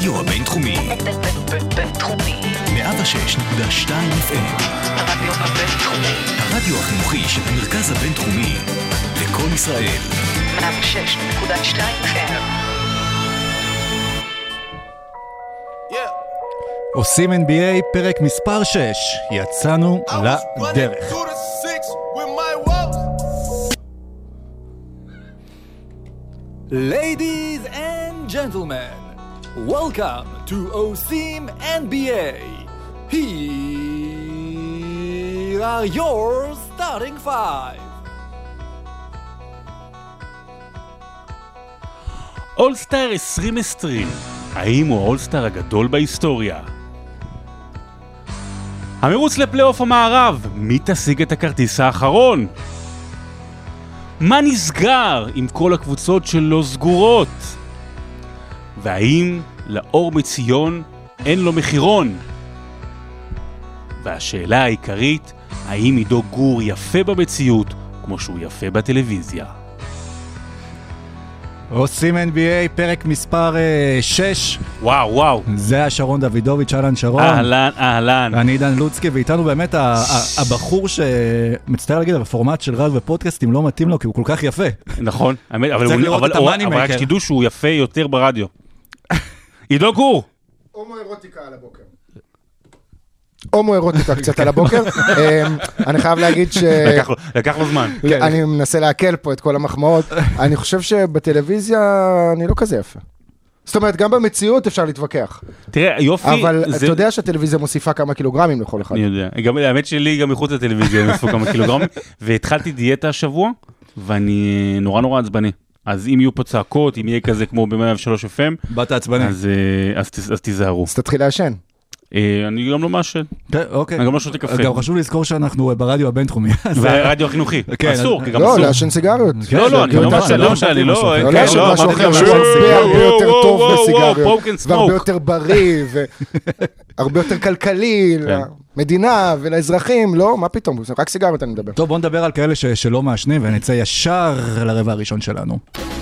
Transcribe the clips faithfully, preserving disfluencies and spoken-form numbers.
הרדיו הבינתחומי. בינתחומי. מאה ושש נקודה שתיים אף אם. הרדיו הבינתחומי. הרדיו החינוכי של המרכז הבינתחומי. לכל ישראל. מאה ושש נקודה שתיים אף אם. עושים אן בי איי פרק מספר שש. יצאנו לדרך. Ladies and gentlemen, welcome to Osim אן בי איי. Here are your starting five. אולסטאר עשרים עשרים, האם הוא האולסטאר הגדול בהיסטוריה? המרוץ לפלייאוף המערב, מי תשיג את הכרטיס האחרון? מה נסגר עם כל הקבוצות שלא סגורות? והאם לאור מציון אין לו מחירון? והשאלה העיקרית, האם עידו גור יפה במציאות כמו שהוא יפה בטלוויזיה? עושים אן בי איי פרק מספר שש. וואו וואו. זה השרון דוידוביץ', אהלן שרון. אהלן אהלן. אני עידן לוצקי, ואיתנו באמת הבחור שמצטער להגיד, הפורמט של רדיו ופודקאסטים לא מתאים לו, כי הוא כל כך יפה. נכון, אבל רק שתדעו שהוא יפה יותר ברדיו. עידו גור. הומואירוטיקה על הבוקר. הומואירוטיקה קצת על הבוקר. אני חייב להגיד ש... לקח לו זמן. אני מנסה להקל פה את כל המחמאות. אני חושב שבטלוויזיה אני לא כזה יפה. זאת אומרת, גם במציאות אפשר להתווכח. תראה, יופי... אבל אתה יודע שהטלוויזיה מוסיפה כמה קילוגרמים לכל אחד. אני יודע. גם האמת שלי, גם מחוץ לטלוויזיה מוסיפה כמה קילוגרמים. והתחלתי דיאטה השבוע, ואני נורא נורא עצבני. אז אם יהיו פה צעקות, אם יהיה כזה כמו ב-מאה ושלוש אף אם, באת עצבני. אז תיזהרו. אז תתחיל לעשן. אני גם לא מאשן. אוקיי. אני גם לא שותה קפה. גם חשוב לזכור שאנחנו ברדיו הבינתחומי. והרדיו החינוכי. אסור, כי גם אסור. לא, לעשן סיגריות. לא, לא, אני לא מאשן, לא מאשן, אני לא... לא לעשן משהו אחר, הרבה יותר טוב בסיגריות, והרבה יותר בריא, והרבה יותר כלכלי למדינה ולאזרחים, לא, מה פתאום, רק סיגריות אני מדבר. טוב, בוא נדבר על כאלה שלא מאשנים, ונצא ישר לרבע הראשון שלנו.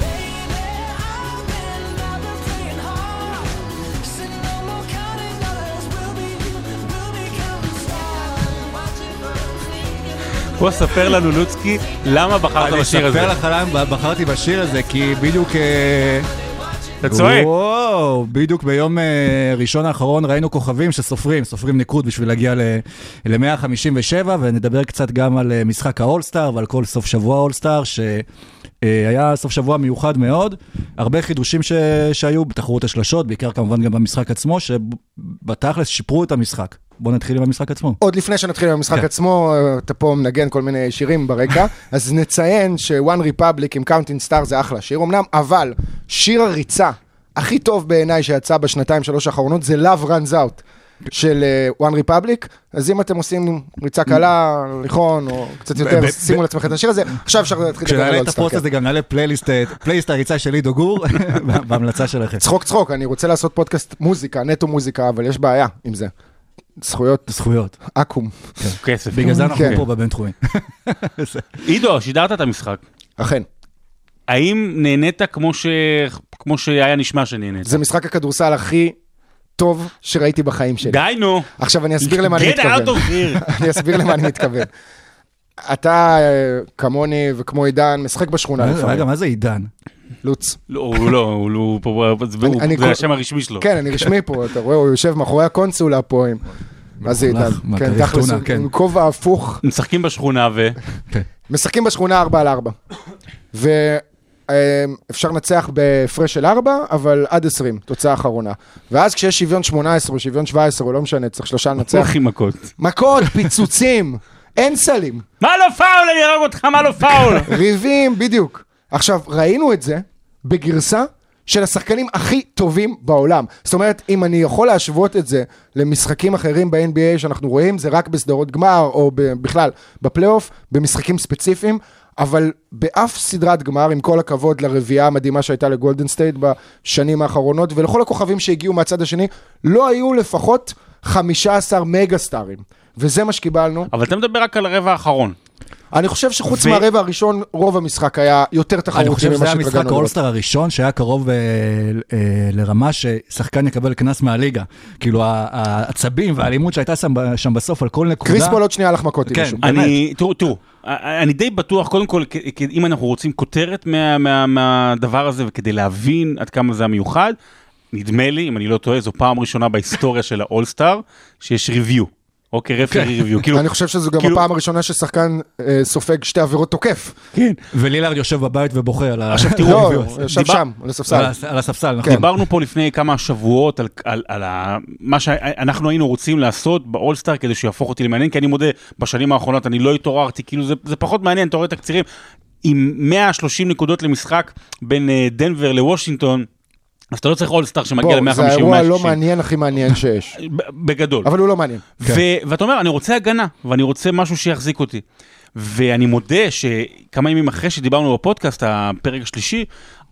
בוא ספר לנו לוצקי, למה בחרת בשיר הזה? אני אספר לך למה בחרתי בשיר הזה, כי בדיוק... אתה צועק. וואו, בדיוק ביום ראשון האחרון ראינו כוכבים שסופרים, סופרים ניקוד בשביל להגיע ל-מאה חמישים ושבע, ונדבר קצת גם על משחק האולסטאר ועל כל סוף שבוע האולסטאר, שהיה סוף שבוע מיוחד מאוד, הרבה חידושים שהיו בתחרות השלשות, בעיקר כמובן גם במשחק עצמו, שבתכלס שיפרו את המשחק. בוא נתחיל עם המשחק עצמו. עוד לפני שנתחיל עם המשחק עצמו, אתה פה מנגן כל מיני שירים ברקע, אז נציין ש-One Republic עם Counting Star זה אחלה שיר אמנם, אבל שיר הריצה הכי טוב בעיניי שיצא בשנתיים שלוש האחרונות זה Love Runs Out של One Republic, אז אם אתם עושים ריצה קלה, ליכון, או קצת יותר, שימו לעצמכם את השיר הזה, עכשיו אפשר להתחיל לדבר על אולסטאר. כשנעלה את הפוסט הזה גם נעלה פלייליסט הריצה של עידו גור, בהמלצה שלכם. צחוק צחוק, אני רוצה לעשות פודקאסט מוזיקה, נטו מוזיקה, אבל יש בעיה עם זה. זכויות. זכויות. אקום. כסף. בגלל זה אנחנו פה בבינתחומי. עידו, שידרת את המשחק. אכן. האם נהנית כמו שהיה נשמע שנהנית? זה משחק הכדורסל הכי טוב שראיתי בחיים שלי. די נו. עכשיו אני אסביר למה אני מתכוון. אני אסביר למה אני מתכוון. אתה כמוני וכמו עידן משחק בשכונה. רגע, מה זה עידן? לוץ. לא, הוא לא, זה השם הרשמי שלו. כן, אני רשמי פה, אתה רואה, הוא יושב מאחורי הקונסולה פה עם... מה זה עידן? כן, תכלס, עם כובע הפוך. משחקים בשכונה ו... משחקים בשכונה ארבע על ארבע. ואפשר לנצח בהפרש של ארבע, אבל עד עשרים, תוצאה האחרונה. ואז כשיש שוויון שמונה עשרה או שוויון שבע עשרה, או לא משנה, צריך שלושה לנצח. הולכים מכות. מכות, פיצוצים, אין סלים. מה לא פאול? אני אראה אותך, מה לא פאול? ריבים, בדיוק. עכשיו, ראינו את זה בגרסה של השחקנים הכי טובים בעולם. זאת אומרת, אם אני יכול להשוות את זה למשחקים אחרים ב-אן בי איי שאנחנו רואים, זה רק בסדרות גמר, או בכלל בפלייאוף, במשחקים ספציפיים, אבל באף סדרת גמר, עם כל הכבוד לרביעה המדהימה שהייתה לגולדן סטייט בשנים האחרונות, ולכל הכוכבים שהגיעו מהצד השני, לא היו לפחות חמישה עשר מגה סטארים. וזה מה שקיבלנו. אבל אתה מדבר רק על הרבע האחרון. אני חושב שחוץ ו- מהרבע הראשון, רוב המשחק היה יותר אני תחרותי חושב שזה ממה היה משחק שהתרגלנו לראות. האולסטר הראשון שהיה קרוב אה, אה, לרמה ששחקן יקבל כנס מהליגה. כאילו ה- העצבים והאלימות שהייתה שם, ב- שם בסוף על כל נקודה. קריס פול עוד שנייה הלך מכות עם כן. מישהו. אני, תראו, תראו, אני די בטוח, קודם כל, כ- כ- אם אנחנו רוצים כותרת מה- מה- מהדבר הזה, וכדי להבין עד כמה זה המיוחד, נדמה לי, אם אני לא טועה, זו פעם ראשונה בהיסטוריה של האולסטאר, שיש ריוויו. אוקיי, רפרי ריוויו. כאילו, אני חושב שזו גם כאילו- הפעם הראשונה ששחקן אה, סופג שתי עבירות תוקף. כן. ולילארד יושב בבית ובוכה על ה... עכשיו תראו, לא, ריוויו. הוא ישב דיבר- שם, על הספסל. על הס- על הספסל, נכון. דיברנו פה לפני כמה שבועות על, על, על ה, מה שאנחנו היינו רוצים לעשות באולסטאר כדי שיהפוך אותי למעניין, כי אני מודה, בשנים האחרונות אני לא התעוררתי, כאילו זה, זה פחות מעניין, אתה רואה תקצירים, עם מאה ושלושים נקודות למשחק בין אה, דנבר לוושינגטון, אז אתה לא צריך אולסטאר שמגיע בוא, ל-מאה זה חמישים האירוע מאה לא שישים. מעניין, הכי מעניין שיש. בגדול. אבל הוא לא מעניין. ו- ואתה אומר, אני רוצה הגנה, ואני רוצה משהו שיחזיק אותי. ואני מודה שכמה ימים אחרי שדיברנו בפודקאסט, הפרק השלישי,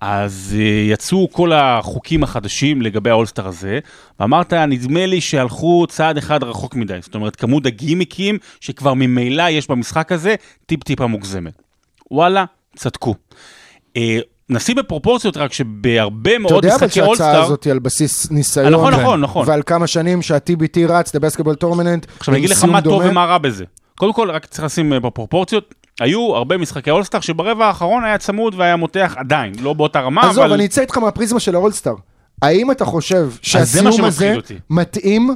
אז uh, יצאו כל החוקים החדשים לגבי האולסטר הזה, ואמרת, נדמה לי שהלכו צעד אחד רחוק מדי. זאת אומרת, כמות הגימיקים שכבר ממילא יש במשחק הזה, טיפ-טיפה מוגזמת. וואלה, צדקו. Uh, נשים בפרופורציות רק שבהרבה מאוד אתה יודע אבל משחקי שההצעה אולסטאר... הזאת היא על בסיס ניסיון. נכון, נכון, נכון. ועל כמה שנים שה-טי בי טי רץ, The Basketball Tournament. עכשיו אני אגיד לך מה טוב ומה רע בזה. קודם כל, רק צריך לשים בפרופורציות, היו הרבה משחקי אולסטאר שברבע האחרון היה צמוד והיה מותח עדיין, לא באותה רמה, עזוב, אבל... אני אצא איתך מהפריזמה של האולסטאר. האם אתה חושב זה מה שהסיום שמפחיד הזה אותי. מתאים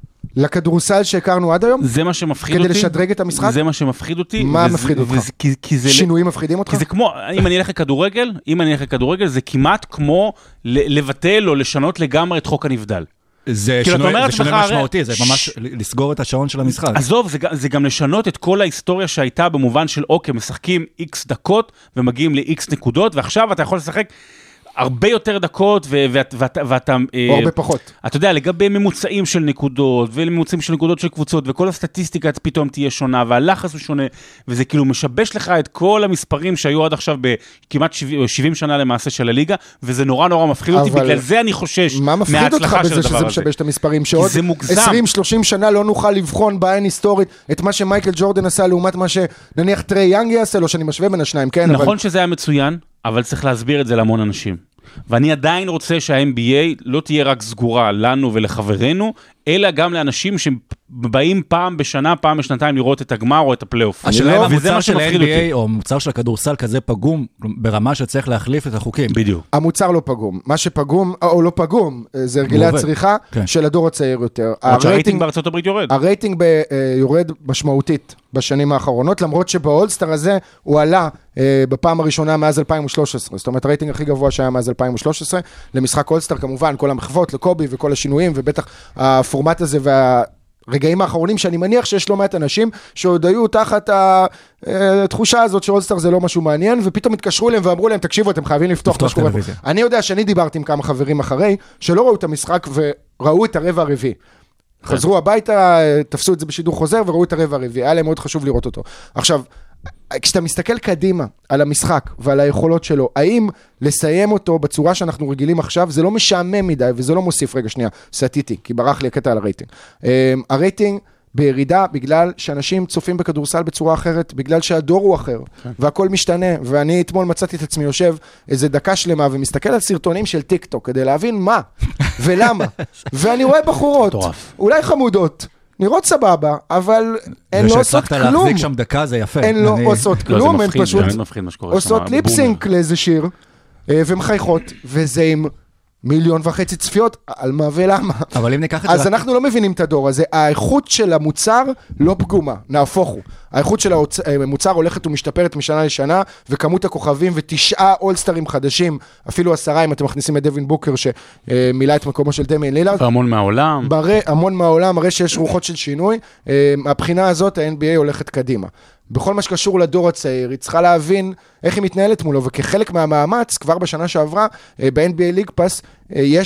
לכדורסל שהכרנו עד היום? זה מה שמפחיד כדי אותי. לשדרג את המשחק? זה מה שמפחיד אותי. מה וזה- מפחיד אותך? וזה- כי- כי זה... שינויים מפחידים אותך? כי זה כמו, אם אני אלך לכדורגל, אם אני אלך לכדורגל, זה כמעט כמו ל- לבטל או לשנות לגמרי את חוק הנבדל. זה כאילו, אתה אומר שינוי זה שינוי לעצמך, משמעותי, זה הרי- ממש לסגור את השעון של המשחק. עזוב, זה, ג- זה גם לשנות את כל ההיסטוריה שהייתה במובן של אוקיי, משחקים איקס דקות ומגיעים לאיקס נקודות, ועכשיו אתה יכול לשחק הרבה יותר דקות, ו- ואת- ואת- ואתה... או הרבה פחות. אתה יודע, לגבי ממוצעים של נקודות, וממוצעים של נקודות של קבוצות, וכל הסטטיסטיקה פתאום תהיה שונה, והלחץ הוא שונה, וזה כאילו משבש לך את כל המספרים שהיו עד עכשיו בכמעט שבעים שנה למעשה של הליגה, וזה נורא נורא מפחיד אותי, אבל בגלל זה אני חושש מה מפחיד אותך מההצלחה של בזה שזה הדבר הזה. משבש את המספרים? שעוד זה מוגזם. עשרים שלושים שנה לא נוכל לבחון בעין היסטורית את מה שמייקל ג'ורדן עשה לעומת מה שנניח טרי יאנג יעשה לו, שאני משווה בין השניים, כן? אבל- נכון שזה היה מצוין, אבל צריך להסביר את זה להמון אנשים. ואני עדיין רוצה שה-אן בי איי לא תהיה רק סגורה לנו ולחברינו, אלא גם לאנשים שבאים פעם בשנה, פעם בשנתיים לראות את הגמר או את הפלייאוף. השאלה אם וזה המוצר מה של שמפחיד ה-אן בי איי אותי. או מוצר של הכדורסל כזה פגום, ברמה שצריך להחליף את החוקים. בדיוק. המוצר לא פגום. מה שפגום, או לא פגום, זה הרגלי עובד. הצריכה כן. של הדור הצעיר יותר. עוד שהרייטינג הרייטינג- בארצות הברית יורד. הרייטינג ב, אה, יורד משמעותית בשנים האחרונות, למרות שבאולסטאר הזה הוא עלה אה, בפעם הראשונה מאז אלפיים ושלוש עשרה. זאת אומרת, הרייטינג הכי גבוה שהיה מאז אלפיים ושלוש עשרה, למשחק אולסטאר כמובן, כל המחוות לקובי וכל השינויים, ובטח הפורמט הזה והרגעים האחרונים, שאני מניח שיש לא מעט אנשים שעוד היו תחת התחושה הזאת שאולסטאר זה לא משהו מעניין, ופתאום התקשרו אליהם ואמרו להם, תקשיבו, אתם חייבים לפתוח לפתוח מה שקורה פה. טלוויזיה. אני יודע שאני דיברתי עם כמה חברים אחרי, שלא ראו את המשחק וראו את הרבע הרביעי. חזרו הביתה, תפסו את זה בשידור חוזר וראו את הרבע הרביעי, היה להם מאוד חשוב לראות אותו. עכשיו, כשאתה מסתכל קדימה על המשחק ועל היכולות שלו, האם לסיים אותו בצורה שאנחנו רגילים עכשיו, זה לא משעמם מדי וזה לא מוסיף, רגע שנייה, סטיתי, כי ברח לי הקטע על הרייטינג. הרייטינג בירידה בגלל שאנשים צופים בכדורסל בצורה אחרת, בגלל שהדור הוא אחר, והכל משתנה, ואני אתמול מצאתי את עצמי יושב איזה דקה שלמה, ומסתכל על סרטונים של טיק טוק, כדי להבין מה ולמה, ואני רואה בחורות, אולי חמודות, נראות סבבה, אבל הן לא עושות שהצלחת כלום, להחזיק שם דקה זה יפה. הן לא אני- עושות לא, זה כלום, הן מפחיד, פשוט זה באמת מפחיד מה שקורה שם, עושות הבומר. ליפסינק לאיזה שיר, אה, ומחייכות, וזה עם מיליון וחצי צפיות, על מה ולמה. אבל אם ניקח את אז זה... אנחנו לא מבינים את הדור הזה, האיכות של המוצר לא פגומה, נהפוך הוא. האיכות של המוצר הולכת ומשתפרת משנה לשנה, וכמות הכוכבים ותשעה אולסטרים חדשים, אפילו עשרה אם אתם מכניסים את דווין בוקר שמילא את מקומו של דמיין לילארד, והמון מהעולם. מראה, המון מהעולם, מראה שיש רוחות של שינוי, מהבחינה הזאת ה-אן בי איי הולכת קדימה. בכל מה שקשור לדור הצעיר, היא צריכה להבין איך היא מתנהלת מולו, וכחלק מהמאמץ, כבר בשנה שעברה, ב-אן בי איי ליג פאס, יש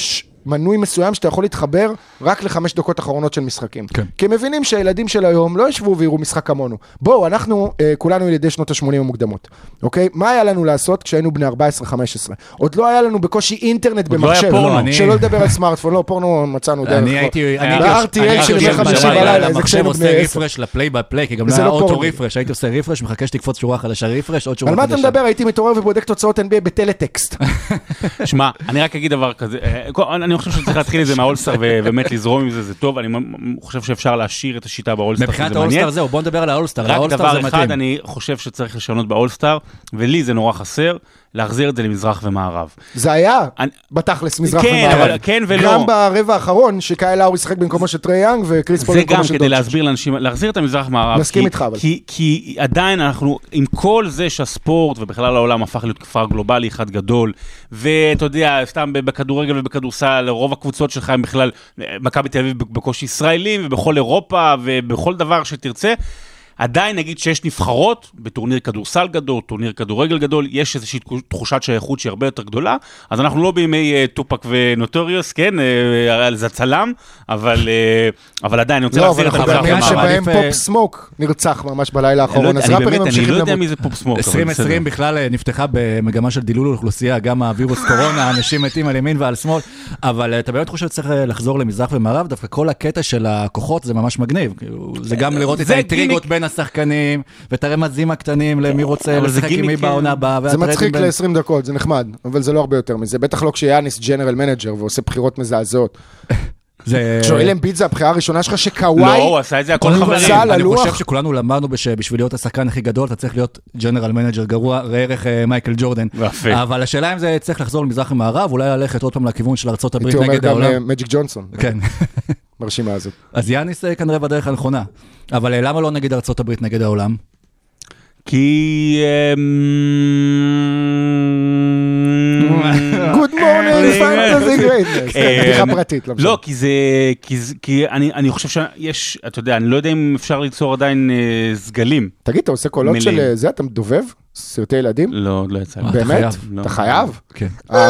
מנוי מסוים שאתה יכול להתחבר רק לחמש דקות אחרונות של משחקים. כן. כי הם מבינים שהילדים של היום לא ישבו ויראו משחק כמונו. בואו, אנחנו אה, כולנו ילידי שנות ה-שמונים המוקדמות. אוקיי? מה היה לנו לעשות כשהיינו בני ארבע עשרה חמש עשרה? עוד לא היה לנו בקושי אינטרנט עוד לא היה במחשב. פורנו. אני- שלא לדבר על סמארטפון, לא, פורנו מצאנו דרך. אני הייתי... אני ב-אר הייתי- טי אל אני של הייתי ימי חמישי יושב בלילה, איזה במחשב כשהיינו בני עושה עשר. רפרש לפליי בפליי, כי גם לא זה היה לא אוטו פורנו. רפרש, הייתי עושה רפרש, מחכה שתקפוץ שורה חדשה רפרש, עוד שורה על חדשה. מה אתה מדבר? הייתי מתעורר ובודק תוצאות אן בי איי בטלטקסט. שמע, אני רק אגיד דבר כזה, אה, כל- אני חושב שצריך להתחיל את זה מהאולסטאר ובאמת לזרום עם זה, זה טוב, אני מ- חושב שאפשר להשאיר את השיטה באולסטאר, מבחינת זה מעניין. האולסטאר זהו, בוא נדבר על האולסטאר. רק האולסטאר זה דבר אחד מתאים. אני חושב שצריך לשנות באולסטאר, ולי זה נורא חסר, להחזיר את זה למזרח ומערב. זה היה אני- בתכלס מזרח כן, ומערב. אבל כן ולא. גם ברבע האחרון, שקאי לאורי שיחק במקומו של טרי יאנג וקריס פול זה במקומו גם של כדי דונצ'יץ'. להסביר לאנשים, להחזיר את המזרח מערב. מסכים כי- איתך, אבל. כי, כי עדיין אנחנו, עם כל זה שהספורט ובכלל העולם הפך להיות כפר גלובלי אחד גדול, ואתה יודע, סתם בכדורגל ובכדורסל, רוב הקבוצות שלך הם בכלל, מכבי תל אביב בקושי ישראלים, ובכל אירופה ובכל דבר שתרצה, עדיין נגיד שיש נבחרות בטורניר כדורסל גדול, טורניר כדורגל גדול, יש איזושהי תחושת שייכות שהיא הרבה יותר גדולה, אז אנחנו לא בימי uh, טופק ונוטוריוס, כן, uh, זה צלם, אבל, uh, אבל עדיין אני רוצה לא, להחזיר אבל את אנחנו המזרח בימים ומערב. שבהם מעדיף, פופ סמוק נרצח ממש בלילה אני לא האחרון, יודע- אז אני ראפרים באמת, אני ממשיכים לא יודע למות. מי זה פופ סמוק, אבל עשרים בסדר. עשרים בכלל אה, נפתחה במגמה של דילול אוכלוסייה, גם הווירוס קורונה, אנשים מתים על ימין ועל שמאל, אבל אה, אתה באמת חושב שצריך אה, לחזור למזרח ומערב, דווקא כל הקטע של הכוחות זה ממש מגניב, כאילו, זה גם לראות את זה האינטריגות גימיק. בין השחקנים, ואת הרמזים הקטנים למי רוצה אבל זה לשחק עם מי גימיק, בעונה הבאה, זה והטרנדים מצחיק בין- ל-עשרים דקות, זה נחמד, אבל זה לא הרבה יותר מזה. בטח לא כשיאניס ג'נרל מנג'ר ועושה בחירות מזעזעות. זה... שואל אמביד זה הבחירה הראשונה שלך לא, שקוואי הוא עשה את זה הכל הוא חברים. נמצא על אני הלוח. חושב שכולנו למדנו שבשביל להיות השחקן הכי גדול, אתה צריך להיות ג'נרל מנג'ר גרוע, ראה ערך אה, מייקל ג'ורדן. יפה. אבל השאלה אם זה צריך לחזור למזרח ומערב, אולי ללכת עוד פעם לכיוון של ארצות הברית הייתי אומר נגד גם העולם. אה, מג'יק ג'ונסון, כן. ברשימה הזאת. אז יאניס אה, כנראה בדרך הנכונה. אבל אה, למה לא נגיד ארצות הברית נגד העולם? כי... Good morning, fantasy greatness. אה, בדיחה פרטית, לא משנה. לא, כי זה, כי זה, כי אני, אני חושב שיש, אתה יודע, אני לא יודע אם אפשר ליצור עדיין אה, סגלים. תגיד, אתה עושה קולות מילים. של אה, זה, אתה מדובב? סרטי ילדים? לא, עוד לא יצא לי. אתה באמת? חייב. לא. אתה חייב? כן. אה,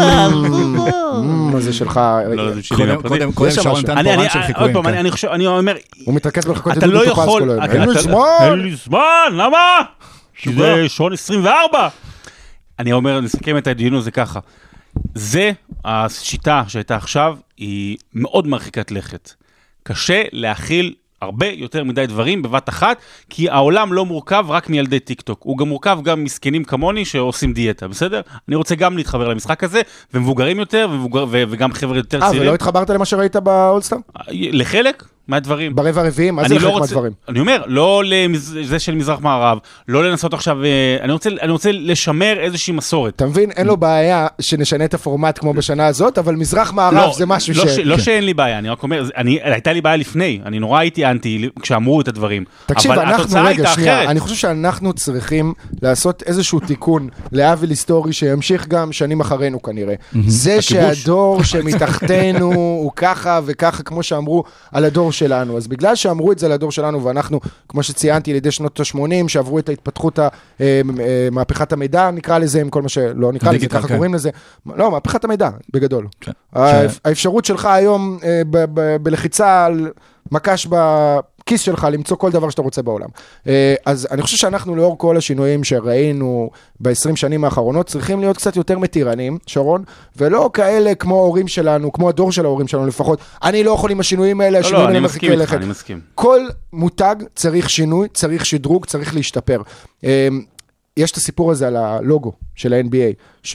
אמ, זה שלך. לא, זה שלי קודם- מהפרטי. קודם קודם שם שרון משהו. נתן אני, פה אני, רן של עוד חיקויים. פעם, כן. אני, אני חושב, אני אומר, הוא מתרכז בחכות אתה לא יכול, אין אתה- לו אתה- זמן. אין לי זמן, למה? כי זה שעון עשרים וארבע. אני אומר, נסכם את הדיון הזה ככה. זה, השיטה שהייתה עכשיו, היא מאוד מרחיקת לכת. קשה להכיל הרבה יותר מדי דברים בבת אחת, כי העולם לא מורכב רק מילדי טיק טוק, הוא גם מורכב גם מסכנים כמוני שעושים דיאטה, בסדר? אני רוצה גם להתחבר למשחק הזה, ומבוגרים יותר, ומבוגר, ו- וגם חבר'ה יותר אה, צעירים. ולא התחברת למה שראית באולסטאר? לחלק מהדברים. ברבע הרביעי? מה זה אני חלק לא רוצה, מהדברים? אני אומר, לא לזה של מזרח מערב, לא לנסות עכשיו, אה, אני רוצה, אני רוצה לשמר איזושהי מסורת. אתה מבין? אין לו בעיה שנשנה את הפורמט כמו בשנה הזאת, אבל מזרח מערב לא, זה משהו לא ש... ש... לא שאין לי בעיה, אני רק אומר, זה- אני, הייתה לי בעיה לפני, אני נורא הייתי אנטי כשאמרו את הדברים. תקשיב, אבל אנחנו, התוצאה רגע, הייתה שנייה, אחרת. אני חושב שאנחנו צריכים לעשות איזשהו תיקון לעוול היסטורי שימשיך גם שנים אחרינו כנראה. זה שהדור שמתחתנו הוא ככה וככה, כמו שאמרו על הדור שלנו. אז בגלל שאמרו את זה לדור שלנו, ואנחנו, כמו שציינתי, לידי שנות ה-שמונים, שעברו את ההתפתחות, ה- אה, אה, מהפכת המידע, נקרא לזה, עם כל מה שלא נקרא לזה, דיגיטל, ככה כן. קוראים לזה. לא, מהפכת המידע, בגדול. כן. האפ- ש- האפשרות שלך היום אה, ב- ב- בלחיצה על מקש בכיס שלך למצוא כל דבר שאתה רוצה בעולם. אה, אז אני חושב שאנחנו לאור כל השינויים שראינו ב-עשרים שנים האחרונות, צריכים להיות קצת יותר מתירנים, שרון, ולא כאלה כמו ההורים שלנו, כמו הדור של ההורים שלנו לפחות. אני לא יכול עם השינויים האלה, לא, השינויים לא, אני האלה מסכים מרחיקי איתך, לכת. אני מסכים. כל מותג צריך שינוי, צריך שדרוג, צריך להשתפר. אה, יש את הסיפור הזה על הלוגו של ה-אן בי איי,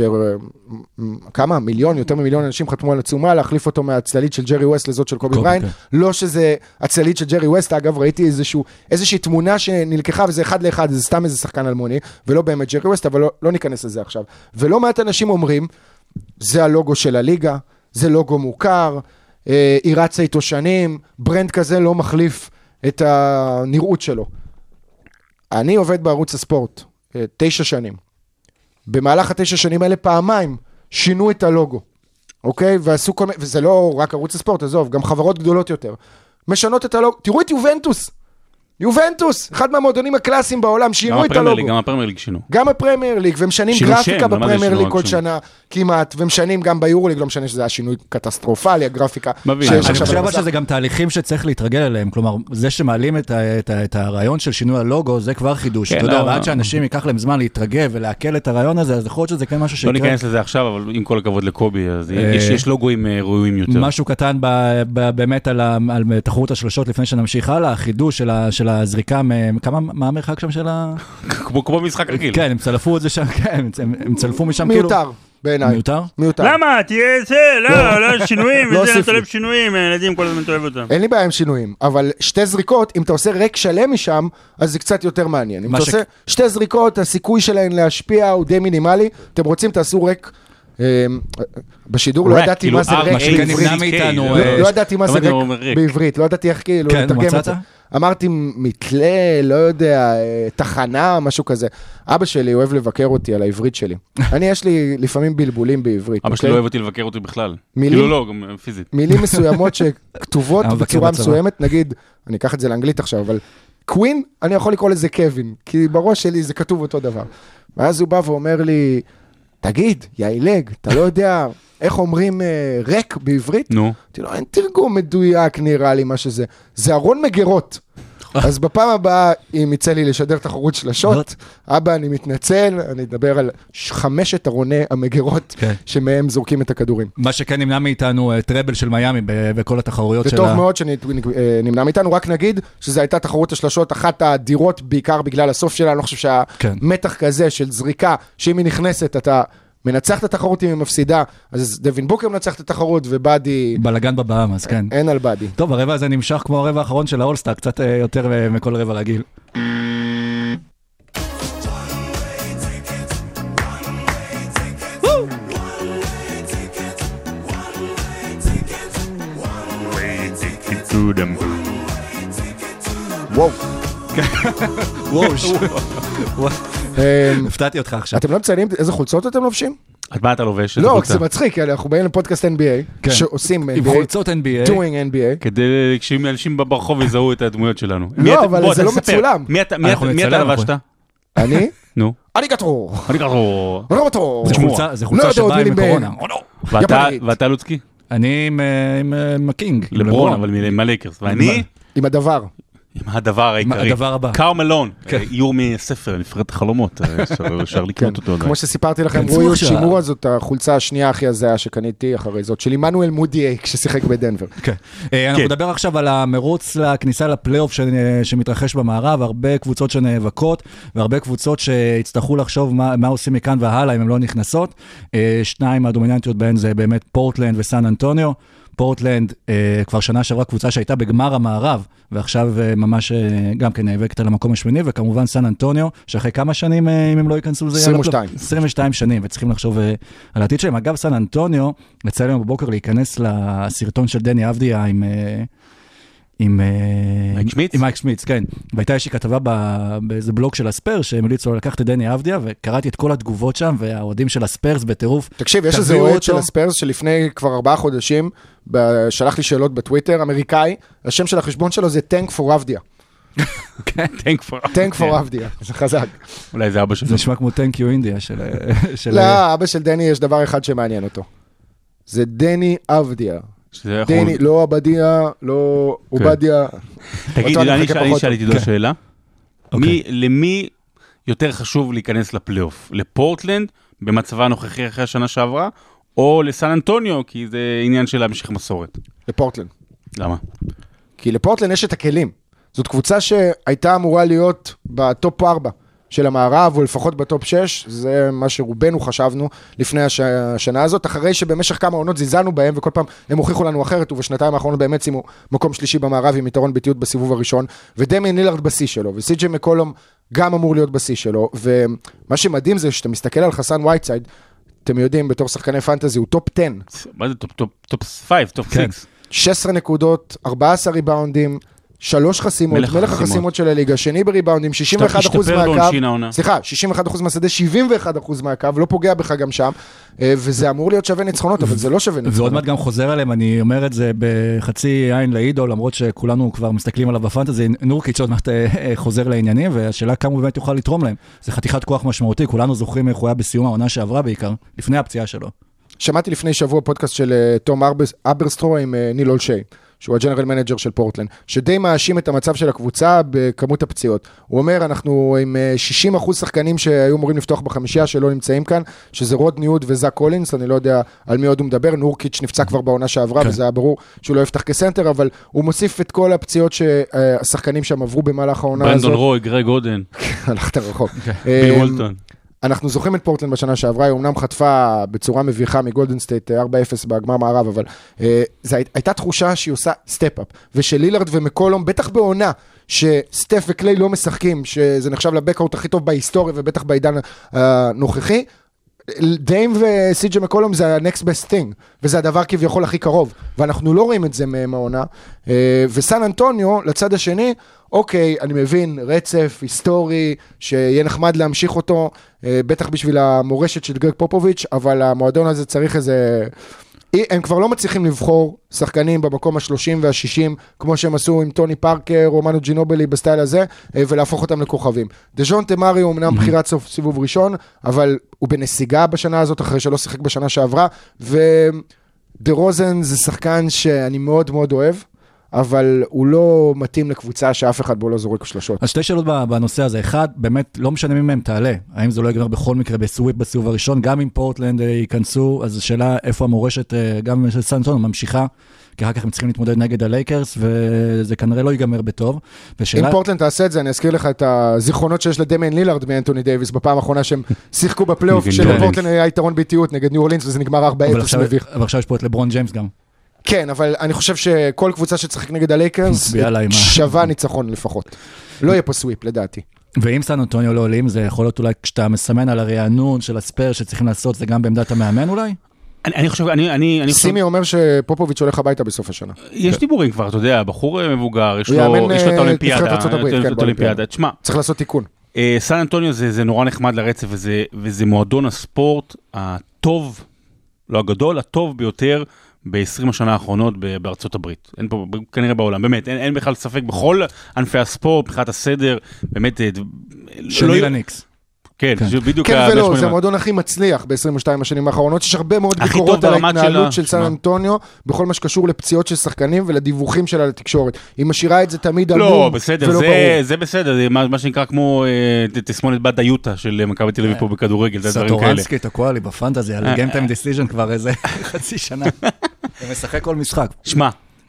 שכמה? מיליון, יותר ממיליון אנשים חתמו על עצומה, להחליף אותו מהצללית של ג'רי ווסט לזאת של קובי קובי, בריין. כן. לא שזה הצללית של ג'רי ווסט, אגב, ראיתי איזשהו, איזושהי תמונה שנלקחה, וזה אחד לאחד, זה סתם איזה שחקן אלמוני, ולא באמת ג'רי ווסט, אבל לא, לא ניכנס לזה עכשיו. ולא מעט אנשים אומרים, זה הלוגו של הליגה, זה לוגו מוכר, אה, היא רצה איתו שנים, ברנד כזה לא מחליף את הנראות שלו. אני עובד בערוץ הספורט, אה, תשע שנים. במהלך התשע שנים האלה פעמיים שינו את הלוגו, אוקיי? ועשו כל מיני, וזה לא רק ערוץ הספורט, עזוב, גם חברות גדולות יותר. משנות את הלוגו, תראו את יובנטוס. יובנטוס, אחד מהמועדונים הקלאסיים בעולם, שינו את הלוגו. גם הפרמייר ליג שינו. גם הפרמייר ליג, ומשנים גרפיקה בפרמייר ליג כל שנה, כמעט, ומשנים גם ביורו ליג, לא משנה שזה היה שינוי קטסטרופלי, הגרפיקה. אני חושב שזה גם תהליכים שצריך להתרגל אליהם, כלומר, זה שמעלים את הרעיון של שינוי הלוגו, זה כבר חידוש. אתה יודע, ועד שאנשים ייקח להם זמן להתרגל ולהקל את הרעיון הזה, אז יכול להיות שזה כן משהו שיקרה. לא ניכנס לזה עכשיו, אבל עם כל הכבוד לקובי, אז יש לוגויים ראויים יותר. משהו קטן באמת על תחרות השלשות לפני שנמשיך הלאה, החידוש של הזריקה, כמה, מה המרחק שם של ה... כמו משחק רגיל. כן, הם צלפו את זה שם, כן, הם צלפו משם כאילו... מיותר, בעיניי. מיותר? מיותר. למה? תהיה זה, לא, לא, שינויים, וזה, אתה אוהב שינויים, הילדים כל הזמן תאהב אותם. אין לי בעיה עם שינויים, אבל שתי זריקות, אם אתה עושה ריק שלם משם, אז זה קצת יותר מעניין. אם אתה עושה שתי זריקות, הסיכוי שלהן להשפיע הוא די מינימלי, אתם רוצים, תעשו ריק... בשידור לא ידעתי מה זה ריק בעברית, לא ידעתי מה זה ריק בעברית, לא ידעתי איך כאילו לתרגם את זה. אמרתי מתלה, לא יודע, תחנה, משהו כזה. אבא שלי אוהב לבקר אותי על העברית שלי. אני, יש לי לפעמים בלבולים בעברית. אבא שלי לא אוהב אותי לבקר אותי בכלל. כאילו לא, גם פיזית. מילים מסוימות שכתובות בצורה מסוימת, נגיד, אני אקח את זה לאנגלית עכשיו, אבל קווין, אני יכול לקרוא לזה קווין, כי בראש שלי זה כתוב אותו דבר. ואז הוא בא ואומר לי, תגיד, יאילג, אתה לא יודע איך אומרים רק בעברית? נו. אמרתי לו, אין תרגום מדויק נראה לי מה שזה. זה ארון מגרות. אז בפעם הבאה, אם יצא לי לשדר תחרות שלשות, אבא, אני מתנצל, אני אדבר על חמשת ארוני המגרות, שמהם זורקים את הכדורים. מה שכן נמנע מאיתנו, טראבל של מיאמי, בכל התחרויות שלה. זה טוב מאוד שנמנע מאיתנו, רק נגיד שזו הייתה תחרות השלשות, אחת האדירות, בעיקר בגלל הסוף שלה, אני לא חושב שהמתח כזה של זריקה, שאם היא נכנסת, אתה... מנצח את התחרות אם היא מפסידה, אז דווין בוקר מנצח את התחרות, ובאדי... בלגן בבאמאס, כן. אין על באדי. טוב, הרבע הזה נמשך כמו הרבע האחרון של האולסטאר, קצת יותר מכל רבע רגיל. וואו. וואו. הפתעתי אותך עכשיו. אתם לא מציינים איזה חולצות אתם לובשים? את מה אתה לובש? לא, זה מצחיק, אנחנו באים לפודקאסט אן בי איי, שעושים עם חולצות אן בי איי, doing אן בי איי. כדי שאנשים ברחוב יזהו את הדמויות שלנו. לא, אבל זה לא מצולם. מי אתה לבשת? אני? נו. אני גטרו. אני גטרו. רבתו. זה חולצה שבאה עם קורונה. ואתה לוצקי? אני עם הקינג. לברון, אבל מהלייקרס. ואני? עם הדבר. עם הדבר העיקרי. הדבר הבא. קארל מלון, איור מספר, נבחרת החלומות, אפשר לקנות אותו. כמו שסיפרתי לכם, רואי שימורה זאת החולצה השנייה הכי הזיה שקניתי אחרי זאת, של עמנואל מודיי, כששיחק בדנבר. אנחנו נדבר עכשיו על המרוץ לכניסה לפלייאוף שמתרחש במערב, הרבה קבוצות שנאבקות, והרבה קבוצות שהצטרכו לחשוב מה עושים מכאן והלאה אם הן לא נכנסות. שניים הדומיננטיות בהן זה באמת פורטלנד וסן אנטוניו. פורטלנד אה, כבר שנה שעברה קבוצה שהייתה בגמר המערב, ועכשיו אה, ממש אה, גם כן נאבקת על המקום השמיני, וכמובן סן אנטוניו, שאחרי כמה שנים, אה, אם הם לא ייכנסו לזה... עשרים ושתיים. עשרים ושתיים שנים, וצריכים לחשוב אה, על העתיד שלהם. אגב, סן אנטוניו, יצא להם בבוקר להיכנס לסרטון של דני אבדיה עם... אה, עם מייק שמיץ? עם מייק שמיץ, כן. והייתה איזושהי כתבה באיזה בלוג של הספרס, שהם המליצו לו לקחת את דני אבדיה, וקראתי את כל התגובות שם, והאוהדים של הספרס בטירוף. תקשיב, יש איזה אוהד של הספרס, שלפני כבר ארבעה חודשים, שלח לי שאלות בטוויטר, אמריקאי, השם של החשבון שלו זה Tank for אבדיה. כן, Tank for אבדיה. Tank for אבדיה, זה חזק. אולי זה אבא שלו. זה נשמע כמו Thank you India של... לא, אבא של דני יש דבר אחד שמעניין אותו. זה דני אבדיה. דני, לא עבדיה, לא עובדיה. תגיד, אני שאלתי דו שאלה. למי יותר חשוב להיכנס לפלייאוף? לפורטלנד, במצבה הנוכחי אחרי השנה שעברה, או לסן אנטוניו, כי זה עניין של להמשיך מסורת? לפורטלנד. למה? כי לפורטלנד יש את הכלים. זאת קבוצה שהייתה אמורה להיות בטופ ארבע של המערב, או לפחות בטופ שש, זה מה שרובנו חשבנו לפני הש... השנה הזאת, אחרי שבמשך כמה עונות זיזנו בהם, וכל פעם הם הוכיחו לנו אחרת, ובשנתיים האחרונות באמת שימו מקום שלישי במערב, עם יתרון ביתיות בסיבוב הראשון, ודמיין לילארד בשיא שלו, וסי.ג'יי מקולום גם אמור להיות בשיא שלו, ומה שמדהים זה שאתה מסתכל על חסן וייטסייד, אתם יודעים, בתור שחקני פנטזי, הוא טופ עשר. מה זה טופ חמש, טופ שש? שש עשרה נקודות, ארבעה עשר ריבאונדים, שלוש חסימות, מלך מלך החסימות. החסימות של הליגה, שני בריבאונדים, שישים ואחד אחוז השתפר מהקו, בעונשין העונה. סליחה, שישים ואחד אחוז מהשדה, שבעים ואחד אחוז מהקו, לא פוגע בך גם שם, אה, וזה אמור להיות שווה ניצחונות, אבל זה לא שווה ניצחונות. ועוד מעט גם חוזר עליהם, אני אומר את זה בחצי עין לעידו, למרות שכולנו כבר מסתכלים עליו בפנטזי, נורקיץ' עוד מעט חוזר לעניינים, והשאלה כמה הוא באמת יוכל לתרום להם. זה חתיכת כוח משמעותי, כולנו זוכרים איך הוא היה בסיום העונה שעברה בעיקר, לפני הפציעה שלו. שמעתי לפני שבוע פודקאסט של uh, תום אברסטרו עם uh, ניל אולשי, שהוא הג'נרל מנג'ר של פורטלנד, שדי מאשים את המצב של הקבוצה בכמות הפציעות. הוא אומר, אנחנו עם uh, שישים אחוז שחקנים שהיו אמורים לפתוח בחמישייה שלא נמצאים כאן, שזה רוד ניוד וזק קולינס, אני לא יודע על מי עוד הוא מדבר, נורקיץ' נפצע כבר בעונה שעברה, כן. וזה היה ברור שהוא לא יפתח כסנטר, אבל הוא מוסיף את כל הפציעות שהשחקנים שם עברו במהלך העונה הזאת. ברנדון רוי, גרג אודן. הלכת רחוק. ביל וולטון. אנחנו זוכרים את פורטלנד בשנה שעברה, היא אמנם חטפה בצורה מביכה מגולדן סטייט ארבע אפס בגמר מערב, אבל אה, זו הייתה תחושה שהיא עושה סטפ-אפ, ושלילארד ומקולום, בטח בעונה, שסטף וקליי לא משחקים, שזה נחשב לבקאוט הכי טוב בהיסטוריה, ובטח בעידן הנוכחי, דיים וסיג'ה מקולום זה ה-next best thing, וזה הדבר כביכול הכי קרוב, ואנחנו לא רואים את זה מהעונה, וסן אנטוניו, לצד השני, אוקיי, אני מבין, רצף, היסטורי, שיהיה נחמד להמשיך אותו, בטח בשביל המורשת של גרג פופוביץ', אבל המועדון הזה צריך איזה... הם כבר לא מצליחים לבחור שחקנים במקום ה-שלושים וה-שישים, כמו שהם עשו עם טוני פארקר או מנו ג'ינובלי בסטייל הזה, ולהפוך אותם לכוכבים. דז'ון תמרי הוא אמנם בחירת סוף סיבוב ראשון, אבל הוא בנסיגה בשנה הזאת, אחרי שלא שיחק בשנה שעברה, ודרוזן זה שחקן שאני מאוד מאוד אוהב, אבל הוא לא מתאים לקבוצה שאף אחד בו לא זורק שלשות. אז שתי שאלות בנושא הזה. אחד, באמת לא משנה מי מהם תעלה. האם זה לא יגמר בכל מקרה בסוויפ בסיבוב הראשון, גם אם פורטלנד ייכנסו, אז השאלה איפה המורשת, גם של סן אנטוניו, ממשיכה, כי אחר כך הם צריכים להתמודד נגד הלייקרס, וזה כנראה לא ייגמר בטוב. ושאלה... אם פורטלנד תעשה את זה, אני אזכיר לך את הזיכרונות שיש לדמיין לילארד מאנטוני דייביס, בפעם האחרונה שהם שיחקו בפלייאוף, שלפורטלנד היה יתרון באיטיות נגד ניו אורלינס, וזה נגמר ארבע אפס מביך. אבל עכשיו יש פה את לברון ג'יימס גם. כן, אבל אני חושב שכל קבוצה שצריך נגד הלייקרס, שווה ניצחון לפחות. לא יהיה פה סוויפ, לדעתי. ואם סן אנטוניו לא עולים, זה יכול להיות אולי כשאתה מסמן על הרענון של הספר שצריכים לעשות, זה גם בעמדת המאמן אולי? אני חושב, אני, אני, אני חושב... סימי אומר שפופוביץ' הולך הביתה בסוף השנה. יש דיבורים כבר, אתה יודע, בחור מבוגר, יש לו את האולימפיאדה, את האולימפיאדה, תשמע. צריך לעשות תיקון. סן אנטוניו זה נורא נחמד לרצף, וזה מועדון הספורט הטוב, לא הגדול, הטוב ביותר, ב-עשרים השנה האחרונות בארצות הברית. אין פה, כנראה בעולם, באמת, אין, אין בכלל ספק בכל ענפי הספורט, מבחינת הסדר, באמת... שני לניקס. כן, כן. בדיוק... כן ולא, זה המועדון הכי מצליח ב-עשרים ושתיים השנים האחרונות, יש הרבה מאוד ביקורות על ההתנהלות של סן אנטוניו, בכל מה שקשור לפציעות של שחקנים ולדיווחים שלה לתקשורת. היא משאירה את זה תמיד עמום ולא ברור. לא, בסדר, זה בסדר, זה מה שנקרא כמו תסמונת בת דיוטה של מכבי תל אביב פה בכדורגל, זה דברים כאלה. סטורנסקי תקוע לי בפנטזי, על Game Time Decision כבר איזה חצי שנה. הוא משחק כל משחק. שמע,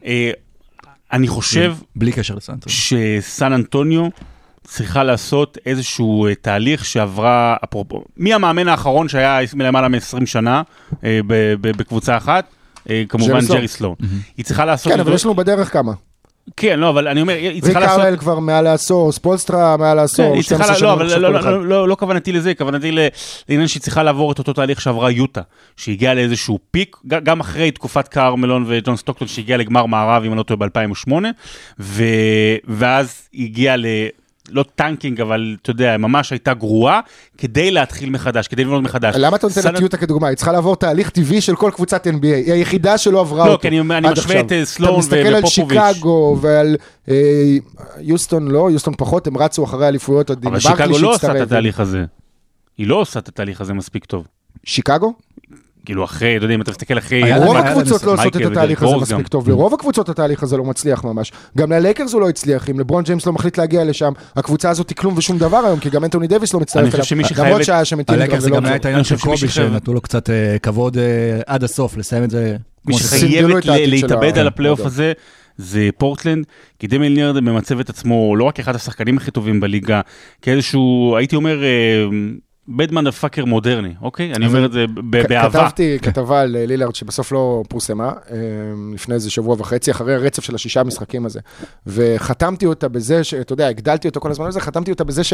אני חושב... בלי קשר לסן אנטוניו. שסן אנטוניו צריכה לעשות איזשהו תהליך שעברה, אפרופו, מי המאמן האחרון שהיה למעלה מ-עשרים שנה בקבוצה אחת? כמובן ג'רי סלון. היא צריכה לעשות... כן, אבל יש לנו בדרך כמה. כן, לא, אבל אני אומר, היא צריכה לעשות... ריקרל כבר מעל לעשור, ספולסטרה מעל לעשור, שתים עשרה שנים. לא, אבל לא כוונתי לזה, כוונתי לעניין שהיא צריכה לעבור את אותו תהליך שעברה יוטה, שהגיעה לאיזשהו פיק, גם אחרי תקופת קרמלון וג'ון סטוקטון, שהגיעה לגמר מערב, אם אני לא טועה, ב-אלפיים ושמונה, ואז הגיעה ל... לא טנקינג, אבל אתה יודע, ממש הייתה גרועה, כדי להתחיל מחדש, כדי לבנות מחדש. למה אתה נותן את יוטה כדוגמה? היא צריכה לעבור תהליך טבעי של כל קבוצת אן בי איי. היא היחידה שלא עברה אותו. לא, כי אני משווה את סלון ופופוביץ'. אתה מסתכל על שיקגו ועל יוסטון לא, יוסטון פחות, הם רצו אחרי אליפויות. אבל שיקגו לא עושה את התהליך הזה. היא לא עושה את התהליך הזה מספיק טוב. שיקגו? כאילו אחרי, אתה יודע, אם אתה מסתכל אחרי... רוב הקבוצות לא עושות את התהליך הזה מספיק טוב, לרוב הקבוצות התהליך הזה לא מצליח ממש. גם ללייקרס הוא לא הצליח, אם לברון ג'יימס לא מחליט להגיע לשם, הקבוצה הזאת היא כלום ושום דבר היום, כי גם אנטוני דייביס לא מצטרף אליו, למרות שהיה שמתאים גם הלייקרס גם היה את העניין של קובי, שנתנו לו קצת כבוד עד הסוף, לסיים את זה... מי שחייבת להתאבד על הפלייאוף הזה, זה פורטלנד, כי דמיין לילארד ממצב את עצמו, לא רק אחד השחקנים הכי טובים בליגה, כאיזשהו, הייתי אומר, בדמן הפאקר מודרני, אוקיי? אני אומר את זה באהבה. כתבתי כתבה על לילארד שבסוף לא פורסמה, לפני איזה שבוע וחצי, אחרי הרצף של השישה משחקים הזה, וחתמתי אותה בזה, שאתה יודע, הגדלתי אותו כל הזמן הזה, חתמתי אותה בזה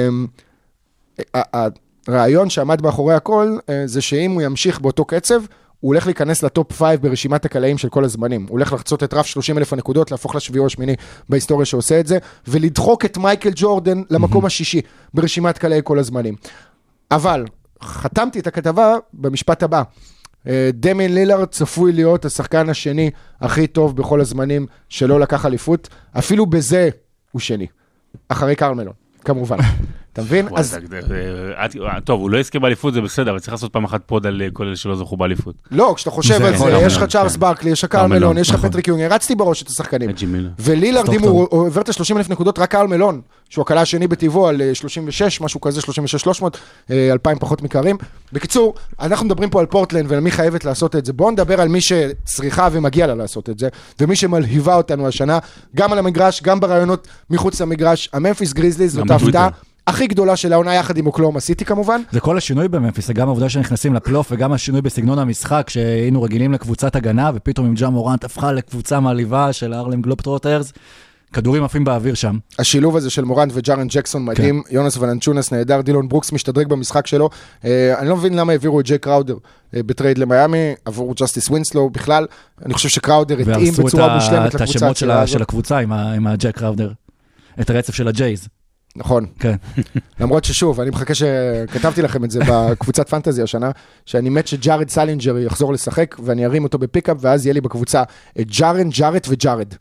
שהרעיון שעמד מאחורי הכל, זה שאם הוא ימשיך באותו קצב, הוא הולך להיכנס לטופ חמש ברשימת הקלעים של כל הזמנים. הוא הולך לחצות את רף שלושים אלף הנקודות, להפוך לשביעי או השמיני בהיסטוריה שעושה את זה, ולדחוק את מייקל ג'ורדן למקום השישי ברשימת קלעי כל הזמנים. אבל חתמתי את הכתבה במשפט הבא. דמיין לילארד צפוי להיות השחקן השני הכי טוב בכל הזמנים שלא לקח אליפות. אפילו בזה הוא שני. אחרי קרל מלון, כמובן. אתה מבין? טוב, הוא לא יזכה באליפות, זה בסדר, אבל צריך לעשות פעם אחת פוד על כל אלה שלא זכו באליפות. לא, כשאתה חושב על זה, יש לך צ'ארלס ברקלי, יש לך קרל מלון, יש לך פטריק יונג, הרצתי בראש את השחקנים. ולילארד, אם הוא עובר את ה-שלושים אלף נקודות, רק קרל מלון, שהוא הקלה השני בטבעו על שלושים ושש, משהו כזה, שלושים ושש שלוש מאות, אלפיים פחות מקרים. בקיצור, אנחנו מדברים פה על פורטלנד ולמי חייבת לעשות את זה. בואו נדבר על מי שצריכה ומגיע לה לעשות את זה, ומי שמלהיבה אותנו השנה, גם על המגרש, גם ברעיונות מחוץ למגרש. הממפיס גריזליז זאת ההפתעה הכי גדולה של העונה יחד עם אוקלאומה סיטי כמובן. זה כל השינוי בממפיס, זה גם העובדה שנכנסים לפלייאוף וגם השינוי בסגנון המשחק, שהיינו רגילים לקבוצת הגנה, ופתאום עם ג'ה מורנט הפכה לקבוצה מעליבה של הארלם גלובטרוטרס, כדורים עפים באוויר שם. השילוב הזה של מורנט וג'ארן ג'קסון מדהים, כן. יונס ולנצ'ונס נהדר, דילון ברוקס משתדרג במשחק שלו, אה, אני לא מבין למה העבירו את ג'יי קראודר אה, בטרייד למיאמי, עבור ג'סטיס ווינסלו בכלל, אני חושב שקראודר התאים בצורה מושלמת לקבוצה. את השמות של, של הקבוצה עם, עם הג'יי קראודר, את הרצף של הג'ייז. נכון. כן. למרות ששוב, אני מחכה שכתבתי לכם את זה בקבוצת פנטזי השנה, שאני מת שג'ארד סלינג'ר יחזור לשחק, ואני ארים אותו בפיקאפ, ואז יהיה לי בקבוצה את ג'ארן, ג'ארט וג'ארד.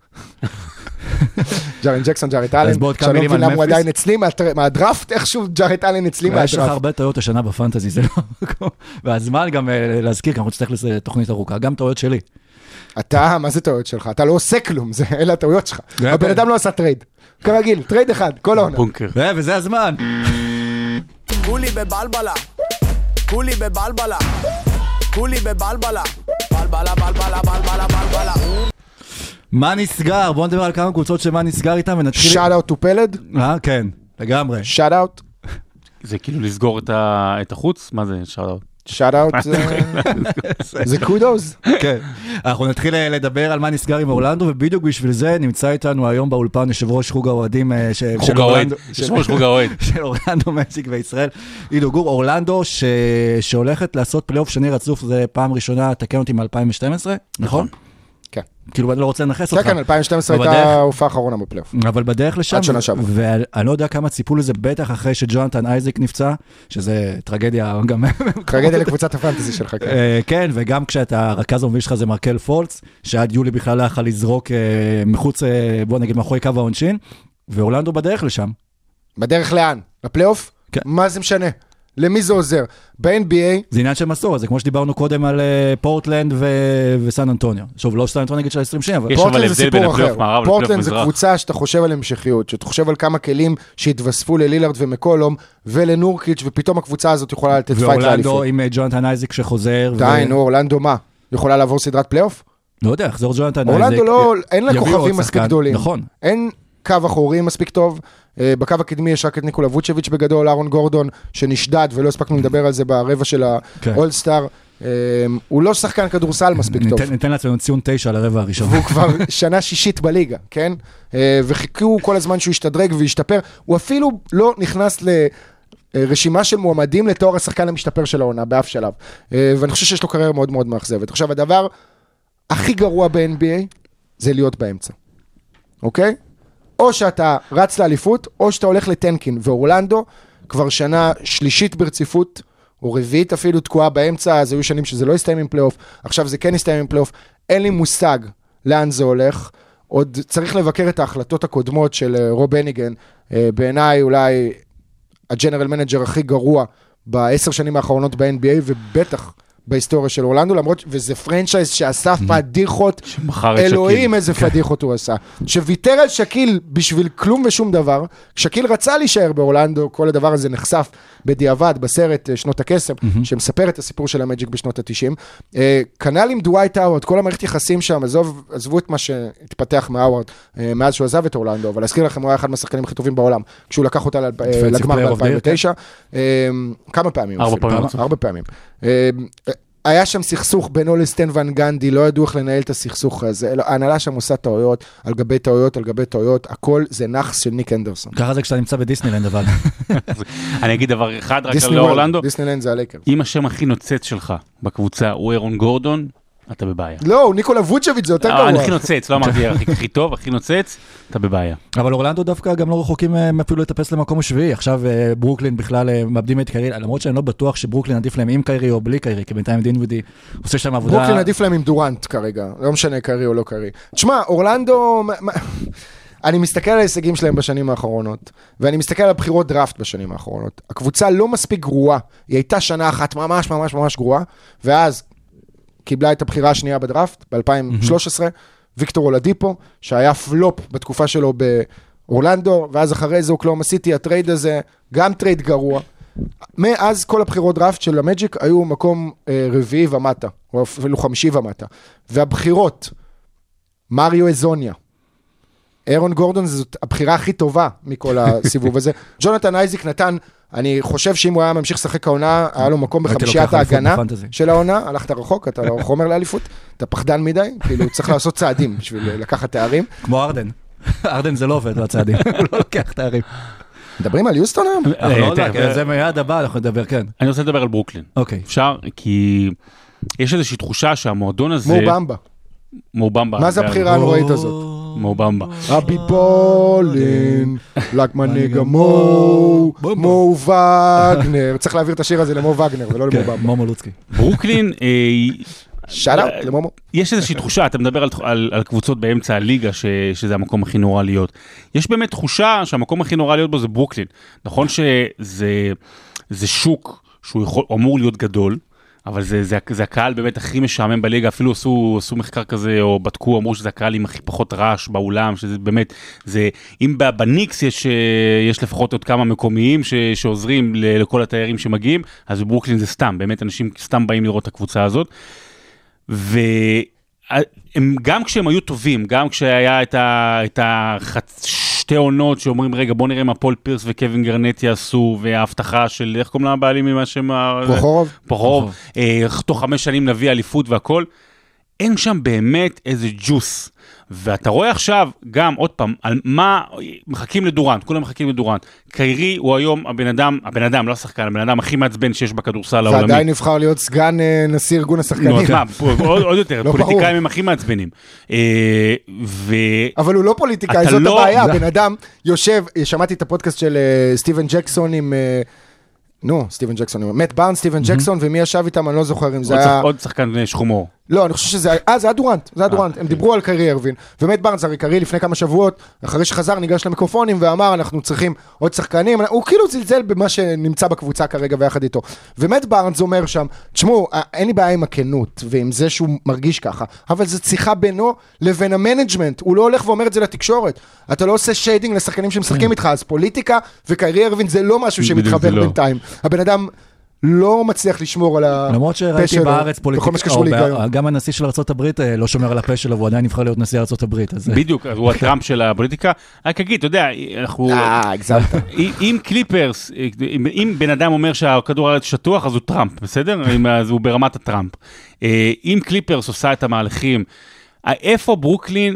ג'ארן ג'קסון, ג'ארט אלן, שאני לא מבין למה הוא עדיין אצלי מהדראפט, איכשהו ג'ארט אלן אצלי מהדראפט. יש לך הרבה טעויות השנה בפנטזי, זה לא... והזמן גם להזכיר, כי אנחנו צריכים לזה תוכנית ארוכה, גם טעויות שלי. אתה, מה זה טעויות שלך? אתה לא עושה כלום, אלה הטעויות שלך. הבן אדם לא עשה טרייד. כרגיל, טרייד אחד, כל העונה. בונקר. וזה הזמן. כולי בבלבלה, כולי בבלבלה, כולי בבלבלה, בלבלה, בלבלה, בלבלה, בלבלה. מה נסגר? בואו נדבר על כמה קבוצות שמה נסגר איתם ונתחיל... שאט אאוט טו פלד? אה, כן, לגמרי. שאט אאוט? זה כאילו לסגור את החוץ? מה זה שאט אאוט? שאט אאוט זה קודוז. כן. אנחנו נתחיל לדבר על מה נסגר עם אורלנדו, ובדיוק בשביל זה נמצא איתנו היום באולפן יושב ראש חוג האוהדים חוג האוהד, יושב ראש חוג האוהד של אורלנדו מג'יק בישראל, עידו גור. אורלנדו שהולכת לעשות פלייאוף שני רצוף, זה פעם ראשונה, תקן אותי מ-אלפיים ושתים עשרה, נכון? כן. כאילו אני לא רוצה לנחס אותך. כן, כן, אלפיים ושתים עשרה הייתה ההופעה האחרונה בפלייאוף. אבל בדרך לשם, ואני לא יודע כמה ציפו לזה, בטח אחרי שג'ונתן אייזק נפצע, שזה טרגדיה גם... טרגדיה לקבוצת הפנטזי שלך, כן. כן, וגם כשאתה רכז המוביל שלך זה מרקל פולץ, שעד יולי בכלל לא יכול לזרוק מחוץ, בוא נגיד, מאחורי קו העונשין, ואורלנדו בדרך לשם. בדרך לאן? לפלייאוף? כן. מה זה משנה? למי זה עוזר? ב-אן בי איי... זה עניין של מסורת, זה כמו שדיברנו קודם על פורטלנד וסן אנטוניו. שוב, לא סן אנטוניו נגיד של עשרים שנים, אבל... פורטלנד זה סיפור אחר. פורטלנד זה קבוצה שאתה חושב על המשכיות, שאתה חושב על כמה כלים שהתווספו ללילארד ומקולום ולנורקיץ', ופתאום הקבוצה הזאת יכולה לתת פייט לאליפות. ואורלנדו עם ג'ונתן אייזק שחוזר... די, נו, אורלנדו מה? יכולה לעבור סדרת פלייאוף? לא יודע, יחזור ג'ונתן אייזק. אורלנדו לא, אין לה כוכבים מספיק גדולים. נכון. אין קו אחורי מספיק טוב. בקו הקדמי יש רק את ניקולה ווצ'ביץ' בגדול, אהרון גורדון שנשדד, ולא הספקנו לדבר על זה ברבע של האולסטאר. הוא לא שחקן כדורסל מספיק טוב. ניתן לעצמנו ציון תשע לרבע הראשון. והוא כבר שנה שישית בליגה, כן? וחיכו כל הזמן שהוא ישתדרג וישתפר. הוא אפילו לא נכנס לרשימה של מועמדים לתואר השחקן המשתפר של העונה, באף שלב. ואני חושב שיש לו קריירה מאוד מאוד מאכזבת. עכשיו, הדבר הכי גרוע ב-אן בי איי זה להיות באמצע. אוקיי? או שאתה רץ לאליפות, או שאתה הולך לטנקין, ואורלנדו כבר שנה שלישית ברציפות, או רביעית אפילו תקועה באמצע, אז היו שנים שזה לא הסתיים עם פלייאוף, עכשיו זה כן הסתיים עם פלייאוף, אין לי מושג לאן זה הולך, עוד צריך לבקר את ההחלטות הקודמות של רוב הניגן, בעיניי אולי הג'נרל מנג'ר הכי גרוע בעשר שנים האחרונות ב-אן בי איי, ובטח בהיסטוריה של אורלנדו, למרות וזה פרנצ'ייז שעשה פדיחות, אלוהים איזה פדיחות הוא עשה, שוויתר על שקיל בשביל כלום ושום דבר, שקיל רצה להישאר באורלנדו, כל הדבר הזה נחשף בדיעבד בסרט שנות הקסם, שמספר את הסיפור של המג'יק בשנות ה-תשעים, כנ"ל עם דווייט האוורד, כל המערכת יחסים שם, עזבו את מה שהתפתח מהאוורד, מאז שהוא עזב את אורלנדו, אבל להזכיר לכם, הוא היה אחד מהשחקנים הכי טובים בעולם, כשהוא לקח אותה לגמר ב-אלפיים ותשע, כמה פעמים? ארבע פעמים. היה שם סכסוך בינו לסטן ון גנדי, לא ידעו איך לנהל את הסכסוך הזה, ההנהלה שם עושה טעויות, על גבי טעויות, על גבי טעויות, הכל זה נחס של ניק אנדרסון. ככה זה כשאתה נמצא בדיסנילנד אבל. אני אגיד דבר אחד רק על דיסני אורלנדו, דיסנילנד זה הלייקרס. אם השם הכי נוצץ שלך בקבוצה הוא אירון גורדון, אתה בבעיה. לא, הוא ניקולה ווצ'ביץ' זה יותר אה, גרוע. אני הכי נוצץ, לא אמרתי הכי הכי טוב, הכי נוצץ, אתה בבעיה. אבל אורלנדו דווקא גם לא רחוקים הם אפילו לטפס למקום השביעי, עכשיו אה, ברוקלין בכלל אה, מאבדים את קיירי, למרות שאני לא בטוח שברוקלין עדיף להם עם קיירי או בלי קיירי, כי בינתיים דינווידי עושה שם עבודה... ברוקלין עדיף להם עם דורנט כרגע, לא משנה קיירי או לא קיירי. תשמע, אורלנדו... אני מסתכל על ההישגים שלהם בשנים האחרונות, ואני מסתכל על הבחירות דראפט בשנים האחרונות. הקבוצה לא מספיק גרועה, היא הייתה שנה אחת ממש ממש ממש גרועה, ואז קיבלה את הבחירה השנייה בדראפט, ב-אלפיים ושלוש עשרה, ויקטור אולדיפו, שהיה פלופ בתקופה שלו באורלנדו, ואז אחרי זה אוקלאומה סיטי, הטרייד הזה, גם טרייד גרוע. מאז כל הבחירות דראפט של המג'יק היו מקום אה, רביעי ומטה, או אפילו חמישי ומטה. והבחירות, מריו אזוניה, אירון גורדון זאת הבחירה הכי טובה מכל הסיבוב הזה. ג'ונתן אייזיק נתן, אני חושב שאם הוא היה ממשיך לשחק העונה, היה לו מקום בחמישיית ההגנה של העונה, הלכת רחוק, אתה לא חומר לאליפות, אתה פחדן מדי, כאילו צריך לעשות צעדים בשביל לקחת תארים. כמו ארדן. ארדן זה לא עובד בצעדים, הוא לא לוקח תארים. מדברים על יוסטון היום? אנחנו לא יודע, זה מיד הבא, אנחנו נדבר, כן. אני רוצה לדבר על ברוקלין. אוקיי. אפשר, כי יש איזושהי תחושה שהמועדון הזה... מובמבה. מובמבה. מה זה הבחירה הנוראית הזאת? מובמבה. I'll be ballin' like my nigga מו, מו וגנר. צריך להעביר את השיר הזה למו וגנר ולא למובמבה. מומו לוצקי. ברוקלין, שאלה, למומו. יש איזושהי תחושה, אתה מדבר על, על, על קבוצות באמצע הליגה, ש, שזה המקום הכי נורא להיות. יש באמת תחושה שהמקום הכי נורא להיות בו זה ברוקלין. נכון שזה זה שוק שהוא יכול, אמור להיות גדול, אבל זה, זה, זה הקהל באמת הכי משעמם בליגה, אפילו עשו, עשו מחקר כזה, או בדקו, אמרו שזה הקהל עם הכי פחות רעש באולם, שזה באמת, זה, אם בניקס יש, יש לפחות עוד כמה מקומיים ש, שעוזרים לכל התיירים שמגיעים, אז בברוקלין זה סתם, באמת אנשים סתם באים לראות את הקבוצה הזאת, והם, גם כשהם היו טובים, גם כשהיה את ה, את החצ... שתי עונות שאומרים, רגע, בוא נראה מה פול פירס וקווין גרנט יעשו, וההבטחה של, איך קוראים להם הבעלים עם השם? פוחורוב. פוחורוב. תוך חמש שנים נביא אליפות והכל. אין שם באמת איזה ג'וס. ואתה רואה עכשיו, גם, עוד פעם, על מה, מחכים לדורנט, כולם מחכים לדורנט. קיירי הוא היום הבן אדם, הבן אדם, לא השחקן, הבן אדם הכי מעצבן שיש בכדורסל העולמי. ועדיין נבחר להיות סגן נשיא ארגון השחקנים. עוד יותר, פוליטיקאים הם הכי מעצבנים. אבל הוא לא פוליטיקאי, זאת הבעיה. הבן אדם יושב, שמעתי את הפודקאסט של סטיבן ג'קסון עם... נו, סטיבן ג'קסון, מאט בארן, סטיבן ג'קסון, ומי ישב איתם, אני לא זוכר אם זה היה... עוד שחקן שחומור. לא, אני חושב שזה היה... אה, זה היה דורנט, זה היה דורנט. הם דיברו על קיירי ארווין, ומאט בארן, הרי קיירי לפני כמה שבועות, אחרי שחזר, ניגש למיקרופונים ואמר, אנחנו צריכים עוד שחקנים, הוא כאילו זלזל במה שנמצא בקבוצה כרגע ויחד איתו. ומאט בארן אומר שם, תשמעו, אין לי בעיה עם הכנות, ועם זה שהוא מרגיש ככה, אבל זה שיחה בינו לבין המנג'מנט, הוא לא הולך ואומר את זה לתקשורת. אתה לא עושה שיידינג לשחקנים שמשחקים איתך, אז פוליטיקה וקיירי ארווין זה לא משהו שמתחבר בינתיים. הבן אדם לא מצליח לשמור על הפה שלו. למרות שראיתי בארץ פוליטיקה, גם הנשיא של ארצות הברית לא שומר על הפה שלו, והוא עדיין נבחר להיות נשיא ארצות הברית. בדיוק, הוא הטראמפ של הפוליטיקה. רק אגיד, אתה יודע, אנחנו... אה, הגזמת. אם קליפרס, אם בן אדם אומר שהכדור הארץ שטוח, אז הוא טראמפ, בסדר? אז הוא ברמת הטראמפ. אם קליפרס עושה את המהלכים, איפה ברוקלין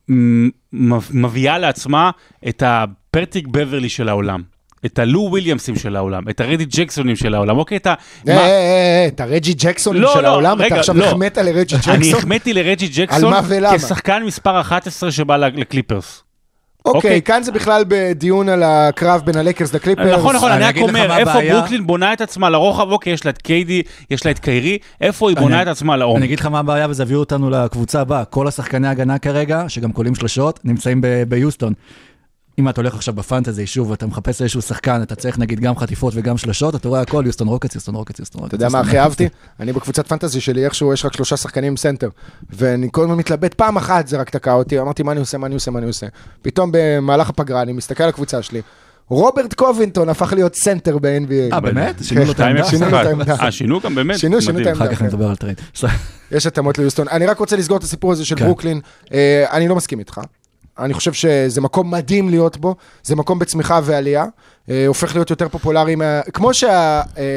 מביאה לעצמה את הפרטיק בברלי של העולם? את הלו וויליאמסים של העולם, את הרג'י ג'קסונים של העולם, אוקיי, את ה... את הרג'י ג'קסונים של העולם, אתה עכשיו החמאת לרג'י ג'קסון? אני החמאתי לרג'י ג'קסון כשחקן מספר אחת עשרה שבא לקליפרס. אוקיי, כאן זה בכלל בדיון על הקרב בין הלקרס לקליפרס. נכון, נכון, אני רק אומר, איפה ברוקלין בונה את עצמה לרוחב, אוקיי, יש לה את קיידי, יש לה את קיירי, איפה היא בונה את עצמה לעומק? אני אגיד לך מה הבעיה, וזה הביאו אותנו לקבוצה הבאה, כל השחקני הגנה כרגע, שגם קולים שלשות, נמצאים ביוסטון. אם אתה הולך עכשיו בפנטזי, שוב, ואתה מחפש איזשהו שחקן, אתה צריך נגיד גם חטיפות וגם שלשות, אתה רואה הכל, יוסטון רוקטס, יוסטון רוקטס, יוסטון רוקטס. אתה יודע מה הכי אהבתי? אני בקבוצת פנטזי שלי, איכשהו יש רק שלושה שחקנים סנטר, ואני כל הזמן מתלבט, פעם אחת זה רק תקע אותי, אמרתי מה אני עושה, מה אני עושה, מה אני עושה. פתאום במהלך הפגרה, אני מסתכל על הקבוצה שלי, רוברט קובינטון הפך להיות סנטר ב-אן בי איי. אה, באמת? שינו לו את העמדה. אה, שינו גם באמת? שינו, שינו את העמדה. אחר כך נדבר על טרייד. יש התאמות ליוסטון. אני רק רוצה לסגור את הסיפור הזה של ברוקלין. אני לא מסכים איתך. אני חושב שזה מקום מדהים להיות בו, זה מקום בצמיחה ועלייה, הופך להיות יותר פופולרי, כמו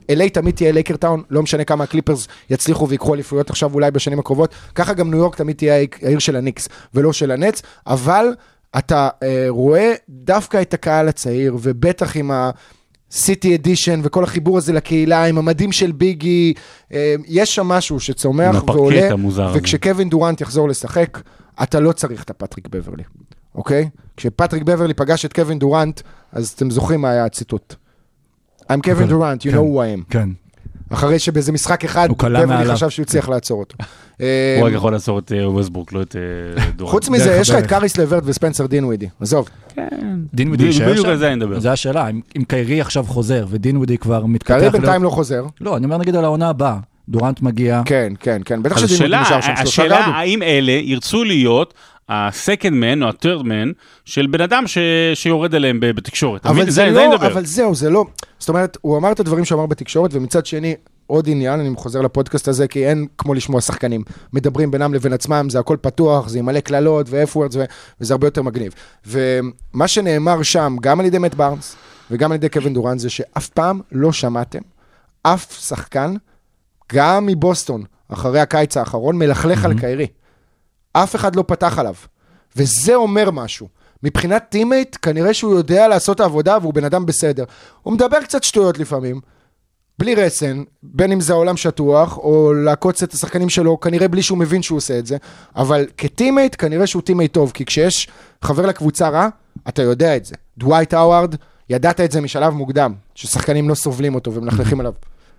אל איי תמיד תהיה לייקר טאון, לא משנה כמה הקליפרס יצליחו ויקחו אליפויות עכשיו אולי בשנים הקרובות, ככה גם ניו יורק תמיד תהיה העיר של הניקס ולא של הנץ, אבל אתה אה, רואה דווקא את הקהל הצעיר, ובטח עם ה-City Edition וכל החיבור הזה לקהילה, עם המדים של ביגי, אה, יש שם משהו שצומח ועולה, וכשקווין דורנט יחזור לשחק, אתה לא צריך את הפטריק בברלי, אוקיי? כשפטריק בברלי פגש את קווין דורנט, אז אתם זוכרים מה היה הציטוט. I'm Kevin Durant, you know who I am. כן. אחרי שבאיזה משחק אחד, בברלי חשב שהוא צריך לעצור אותו. הוא רק יכול לעצור את ווסטברוק, לא את דורנט. חוץ מזה, יש לך את קאריס לברט וספנסר דינווידי. עזוב. דינווידי יישאר בדיוק על זה אני מדבר. זו השאלה, אם קיירי עכשיו חוזר, ודינווידי כבר מתפתח... קיירי בינתיים לא חוזר. לא, אני אומר נגיד על העונה הבאה. דורנט מגיע. כן, כן, כן. בטח אז שדינווידי נשאר שם. השאלה, האם אלה ירצו להיות ה-second man או ה-third man של בן אדם שיורד אליהם בתקשורת. אבל זה לא, אבל זהו, זה לא. זאת אומרת, הוא אמר את הדברים שאמר בתקשורת, ומצד שני, עוד עניין, אני חוזר לפודקאסט הזה, כי אין כמו לשמוע שחקנים. מדברים בינם לבין עצמם, זה הכל פתוח, זה מלא כללות ו-F-words, וזה הרבה יותר מגניב. ומה שנאמר שם, גם על ידי מאט בארנס, וגם על ידי קווין דורנט, זה שאף פעם לא שמעתם, אף שחקן, גם מבוסטון, אחרי הקיץ האחרון, מלכלך על קיירי. אף אחד לא פתח עליו. וזה אומר משהו. מבחינת טימייט, כנראה שהוא יודע לעשות העבודה, והוא בן אדם בסדר. הוא מדבר קצת שטויות לפעמים, בלי רסן, בין אם זה העולם שטוח, או לעקוץ את השחקנים שלו, כנראה בלי שהוא מבין שהוא עושה את זה, אבל כטימייט, כנראה שהוא טימייט טוב, כי כשיש חבר לקבוצה רע, אתה יודע את זה. דווייט האווארד, ידעת את זה משלב מוקדם, ששחקנים לא סובלים אותו ומלכלכים עליו.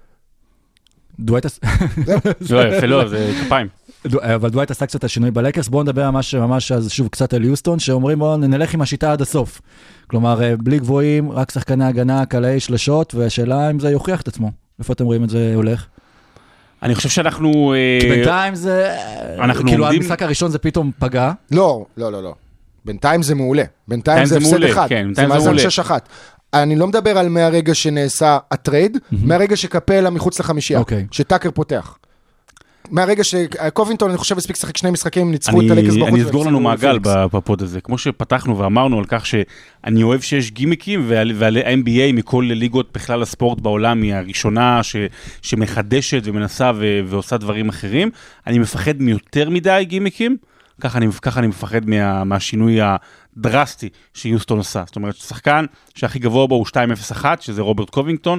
דווייט... לא, יפה לא, זה כפיים. אבל דווייט עשה קצת השינוי בלקרס, בואו נדבר ממש, ממש אז שוב קצת על יוסטון, שאומרים בואו נלך עם השיטה עד הסוף. כלומר, בלי גבוהים, רק שחקני הגנה, קלעי שלשות, והשאלה אם זה יוכיח את עצמו. איפה אתם רואים את זה הולך? אני חושב שאנחנו... כי בינתיים זה... כאילו המשחק הראשון זה פתאום פגע. לא, לא, לא, לא. בינתיים זה מעולה. בינתיים זה הפסד אחד. זה מאזן שש אחת. אני לא מדבר על מהרגע שנעשה הטרייד, מהרגע שקפלה מחוץ לחמישייה, שטאקר פותח. מהרגע שקובינטון, אני חושב, הספיק לשחק שני משחקים, ניצחו את הלקרס בחוץ. אני אסגור לנו מעגל בפוד הזה. כמו שפתחנו ואמרנו על כך שאני אוהב שיש גימיקים, וה-אן בי איי מכל ליגות בכלל הספורט בעולם היא הראשונה שמחדשת ומנסה ועושה דברים אחרים. אני מפחד מיותר מדי גימיקים, ככה אני מפחד מהשינוי הדרסטי שיוסטון עושה. זאת אומרת, שחקן שהכי גבוה בו הוא שתיים אפס אחת, שזה רוברט קובינגטון.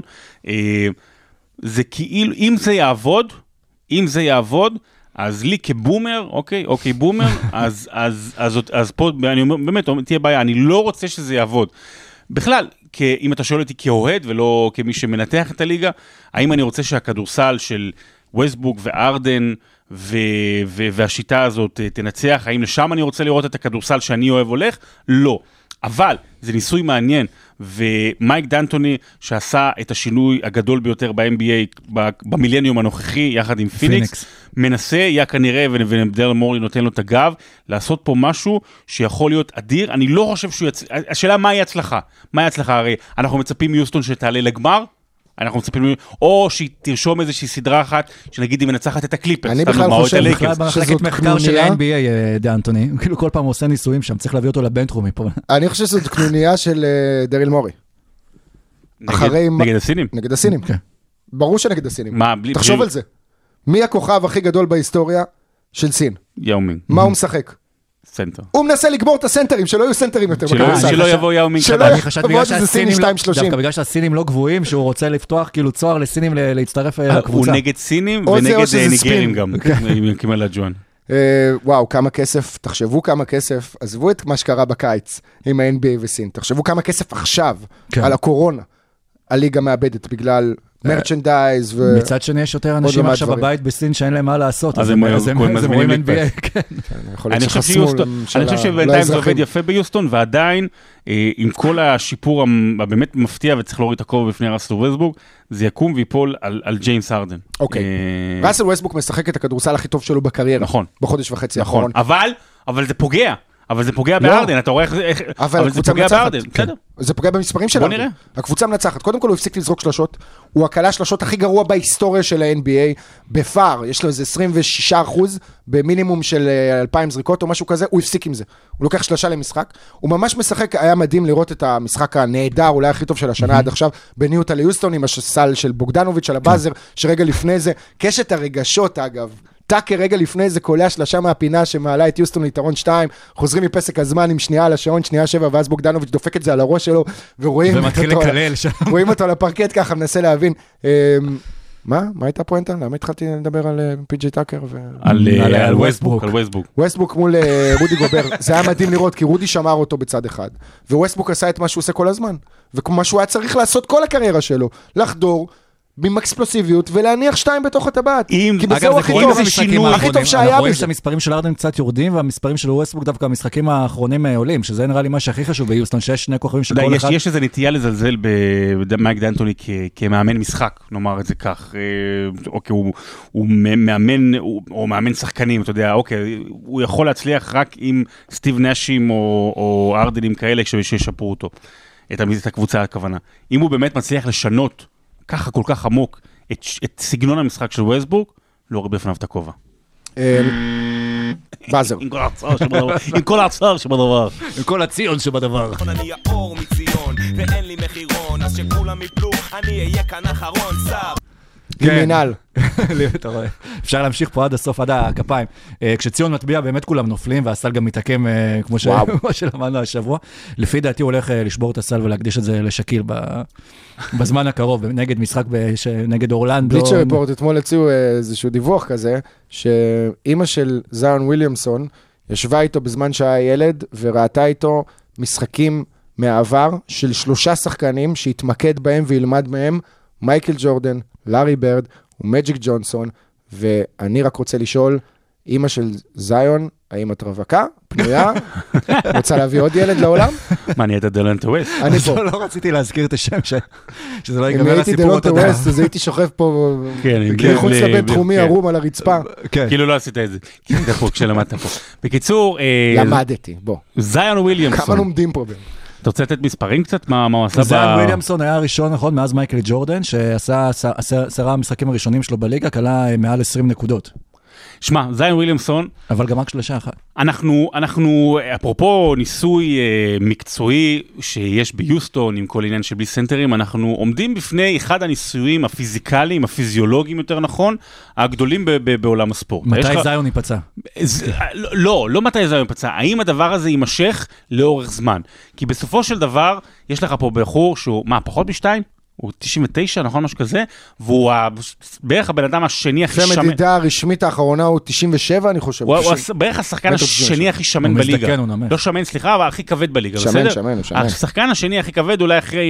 זה כאילו, אם זה יעבוד, אם זה יעבוד, אז לי כבומר, אוקיי, אוקיי, בומר, אז, אז, אז, אז פה, אני אומר, באמת, תהיה בעיה, אני לא רוצה שזה יעבוד. בכלל, אם אתה שואל אותי כאוהד, ולא כמי שמנתח את הליגה, האם אני רוצה שהכדורסל של ווסטברוק וארדן, ו- ו- והשיטה הזאת תנצח, האם לשם אני רוצה לראות את הכדורסל שאני אוהב הולך? לא. אבל זה ניסוי מעניין, ומייק דנטוני שעשה את השינוי הגדול ביותר ב-אן בי איי במילניום הנוכחי, יחד עם פיניקס, פיניקס. מנסה, היה כנראה, ודרל מורי נותן לו את הגב, לעשות פה משהו שיכול להיות אדיר. אני לא חושב שהוא יצ... השאלה מה היא הצלחה? מה היא הצלחה? הרי אנחנו מצפים מיוסטון שתעלה לגמר, אנחנו מצפים, או שהיא תרשום איזושהי סדרה אחת, שנגיד היא מנצחת את הקליפרס. אני בכלל חושב בכלל במחלקת מחקר של ה-אן בי איי, דנטוני, כאילו כל פעם הוא עושה ניסויים שם, צריך להביא אותו לבנטרומי פה. אני חושב שזאת קנוניה של דריל מורי. נגד הסינים? נגד הסינים. ברור שנגד הסינים. תחשוב על זה. מי הכוכב הכי גדול בהיסטוריה של סין? יאומינג. מה הוא משחק? סנטר. הוא מנסה לגמור את הסנטרים, שלא יהיו סנטרים יותר. שלא יבוא יאומינג חדש. אני חשבתי דווקא בגלל שהסינים לא גבוהים, שהוא רוצה לפתוח כאילו צוהר לסינים להצטרף לקבוצה. הוא נגד סינים ונגד ניגרים גם, עם קימלה ג'ואן. וואו, כמה כסף, תחשבו כמה כסף, עזבו את מה שקרה בקיץ עם ה-אן בי איי וסין, תחשבו כמה כסף עכשיו על הקורונה, הליגה מאבדת בגלל מרצ'נדייז ו... מצד שני יש יותר אנשים עכשיו בבית בסין שאין להם מה לעשות, אז הם רואים אן בי איי. אני חושב שבינתיים זה עובד יפה ביוסטון, ועדיין עם כל השיפור הבאמת מפתיע, וצריך להוריד את הכובע בפני ראסל ווסטברוק, זה יקום ויפול על ג'יימס הרדן. אוקיי, ראסל ווסטברוק משחק את הכדורסל הכי טוב שלו בקריירה. נכון. בחודש וחצי האחרון. אבל זה פוגע. אבל זה פוגע בארדן, אתה רואה איך... אבל זה פוגע בארדן, בסדר. זה פוגע במספרים של ארדן. הקבוצה מנצחת. קודם כל הוא הפסיק לזרוק שלשות, הוא הקלה שלשות הכי גרוע בהיסטוריה של ה-אן בי איי, בפאר, יש לו איזה עשרים ושישה אחוז במינימום של אלפיים זריקות או משהו כזה, הוא הפסיק עם זה. הוא לוקח שלשה למשחק, הוא ממש משחק, היה מדהים לראות את המשחק הנהדר, אולי הכי טוב של השנה עד עכשיו, בניוטה ליוסטון עם הסל של בוגדנוביץ' על הבאזר, שרגע לפני זה, קשת הרגשות אגב, טאקר רגע לפני זה קולע שלשה מהפינה שמעלה את יוסטון ליתרון שתיים, חוזרים מפסק הזמן עם שנייה על השעון, שנייה שבע, ואז בוגדנוביץ' דופק את זה על הראש שלו, ורואים אותו, רואים אותו על הפרקט ככה, מנסה להבין. מה? מה הייתה פואנטה? למה התחלתי לדבר על פי.ג'יי טאקר? על ווסטברוק. ווסטברוק מול רודי גובר. זה היה מדהים לראות, כי רודי שמר אותו בצד אחד, וווסטברוק עשה את מה שהוא עושה כל הזמן, ומה שהוא היה צריך לעשות כל הקריירה שלו, לחדור, עם אקספלוסיביות, ולהניח שתיים בתוך הטבעת. כי בזה הוא הכי טוב, הכי טוב שהיה בזה. אנחנו רואים שהמספרים של ארדן קצת יורדים, והמספרים של ווסטברוק דווקא המשחקים האחרונים עולים, שזה נראה לי מה שהכי חשוב ביוסטון, שיש שני כוכבים שכל אחד... יש איזו נטייה לזלזל במייק ד'אנטוני כמאמן משחק, נאמר את זה כך. אוקיי, הוא מאמן, או מאמן שחקנים, אתה יודע, אוקיי, הוא יכול להצליח רק עם סטיב נאשים או ארדנים כאלה שישפרו אותו, את הקבוצה הכוונה. אם הוא באמת מצליח לשנות ככה כל כך עמוק את, את סגנון המשחק של ווסטברוק, לא רואה בפניו את הכובע. באזר. עם כל הצער שבדבר. עם כל הצער שבדבר. עם כל הציון שבדבר. אני האור מציון, ואין לי מחירון, אז שכולם יפלו, אני אהיה כאן אחרון, שר. לימינל. אתה רואה. אפשר להמשיך פה עד הסוף, עד הכפיים. כשציון מטביע, באמת כולם נופלים, והסל גם מתעקם, כמו שלמדנו השבוע. לפי דעתי הוא הולך לשבור את הסל ולהקדיש את זה לשקיל בזמן הקרוב, נגד משחק נגד אורלנדו. בליצ'ר ריפורט, אתמול הציעו איזשהו דיווח כזה, שאימא של זיון וויליאמסון ישבה איתו בזמן שהיה ילד, וראתה איתו משחקים מהעבר של שלושה שחקנים שהתמקד בהם וילמד מהם, מייקל ג'ורדן, לארי ברד ומג'יק ג'ונסון, ואני רק רוצה לשאול, אמא של זיון, האם את רווקה? פנויה? רוצה להביא עוד ילד לעולם? מה, אני הייתה דלנטה ווסט? אני פה. לא רציתי להזכיר את השם, שזה לא אם ייגמר הייתי הסיפור. דלנטה ווסט, אז הייתי שוכב פה, מחוץ לבית תחומי ערום על הרצפה. כאילו לא עשית את זה, כי זה פה כשלמדת פה. בקיצור, למדתי, בוא. זיון וויליאמסון. כמה לומדים פה בין? אתה רוצה לתת מספרים קצת? מה הוא עשה ב... זיון וויליאמסון היה הראשון, נכון, מאז מייקל ג'ורדן, שעשה עשרה המשחקים הראשונים שלו בליגה, קלה מעל עשרים נקודות. שמע, זיון וויליאמסון... אבל גם רק שלושה אחת. אנחנו, אנחנו, אפרופו ניסוי אה, מקצועי שיש ביוסטון עם כל עניין של בלי סנטרים, אנחנו עומדים בפני אחד הניסויים הפיזיקליים, הפיזיולוגיים יותר נכון, הגדולים ב- ב- בעולם הספורט. מתי לך... זיון ייפצע? זה, לא, לא מתי זיון ייפצע. האם הדבר הזה יימשך לאורך זמן? כי בסופו של דבר, יש לך פה בחור שהוא, מה, פחות משתיים? הוא תשעים ותשע, נכון, משהו כזה, והוא בערך הבן אדם השני הכי שמן. המדידה הרשמית האחרונה הוא תשעים ושבע, אני חושב. הוא בערך השחקן השני הכי שמן בליגה. לא שמן, סליחה, אבל הכי כבד בליגה, בסדר? שמן, שמן, שמן. השחקן השני הכי כבד אולי אחרי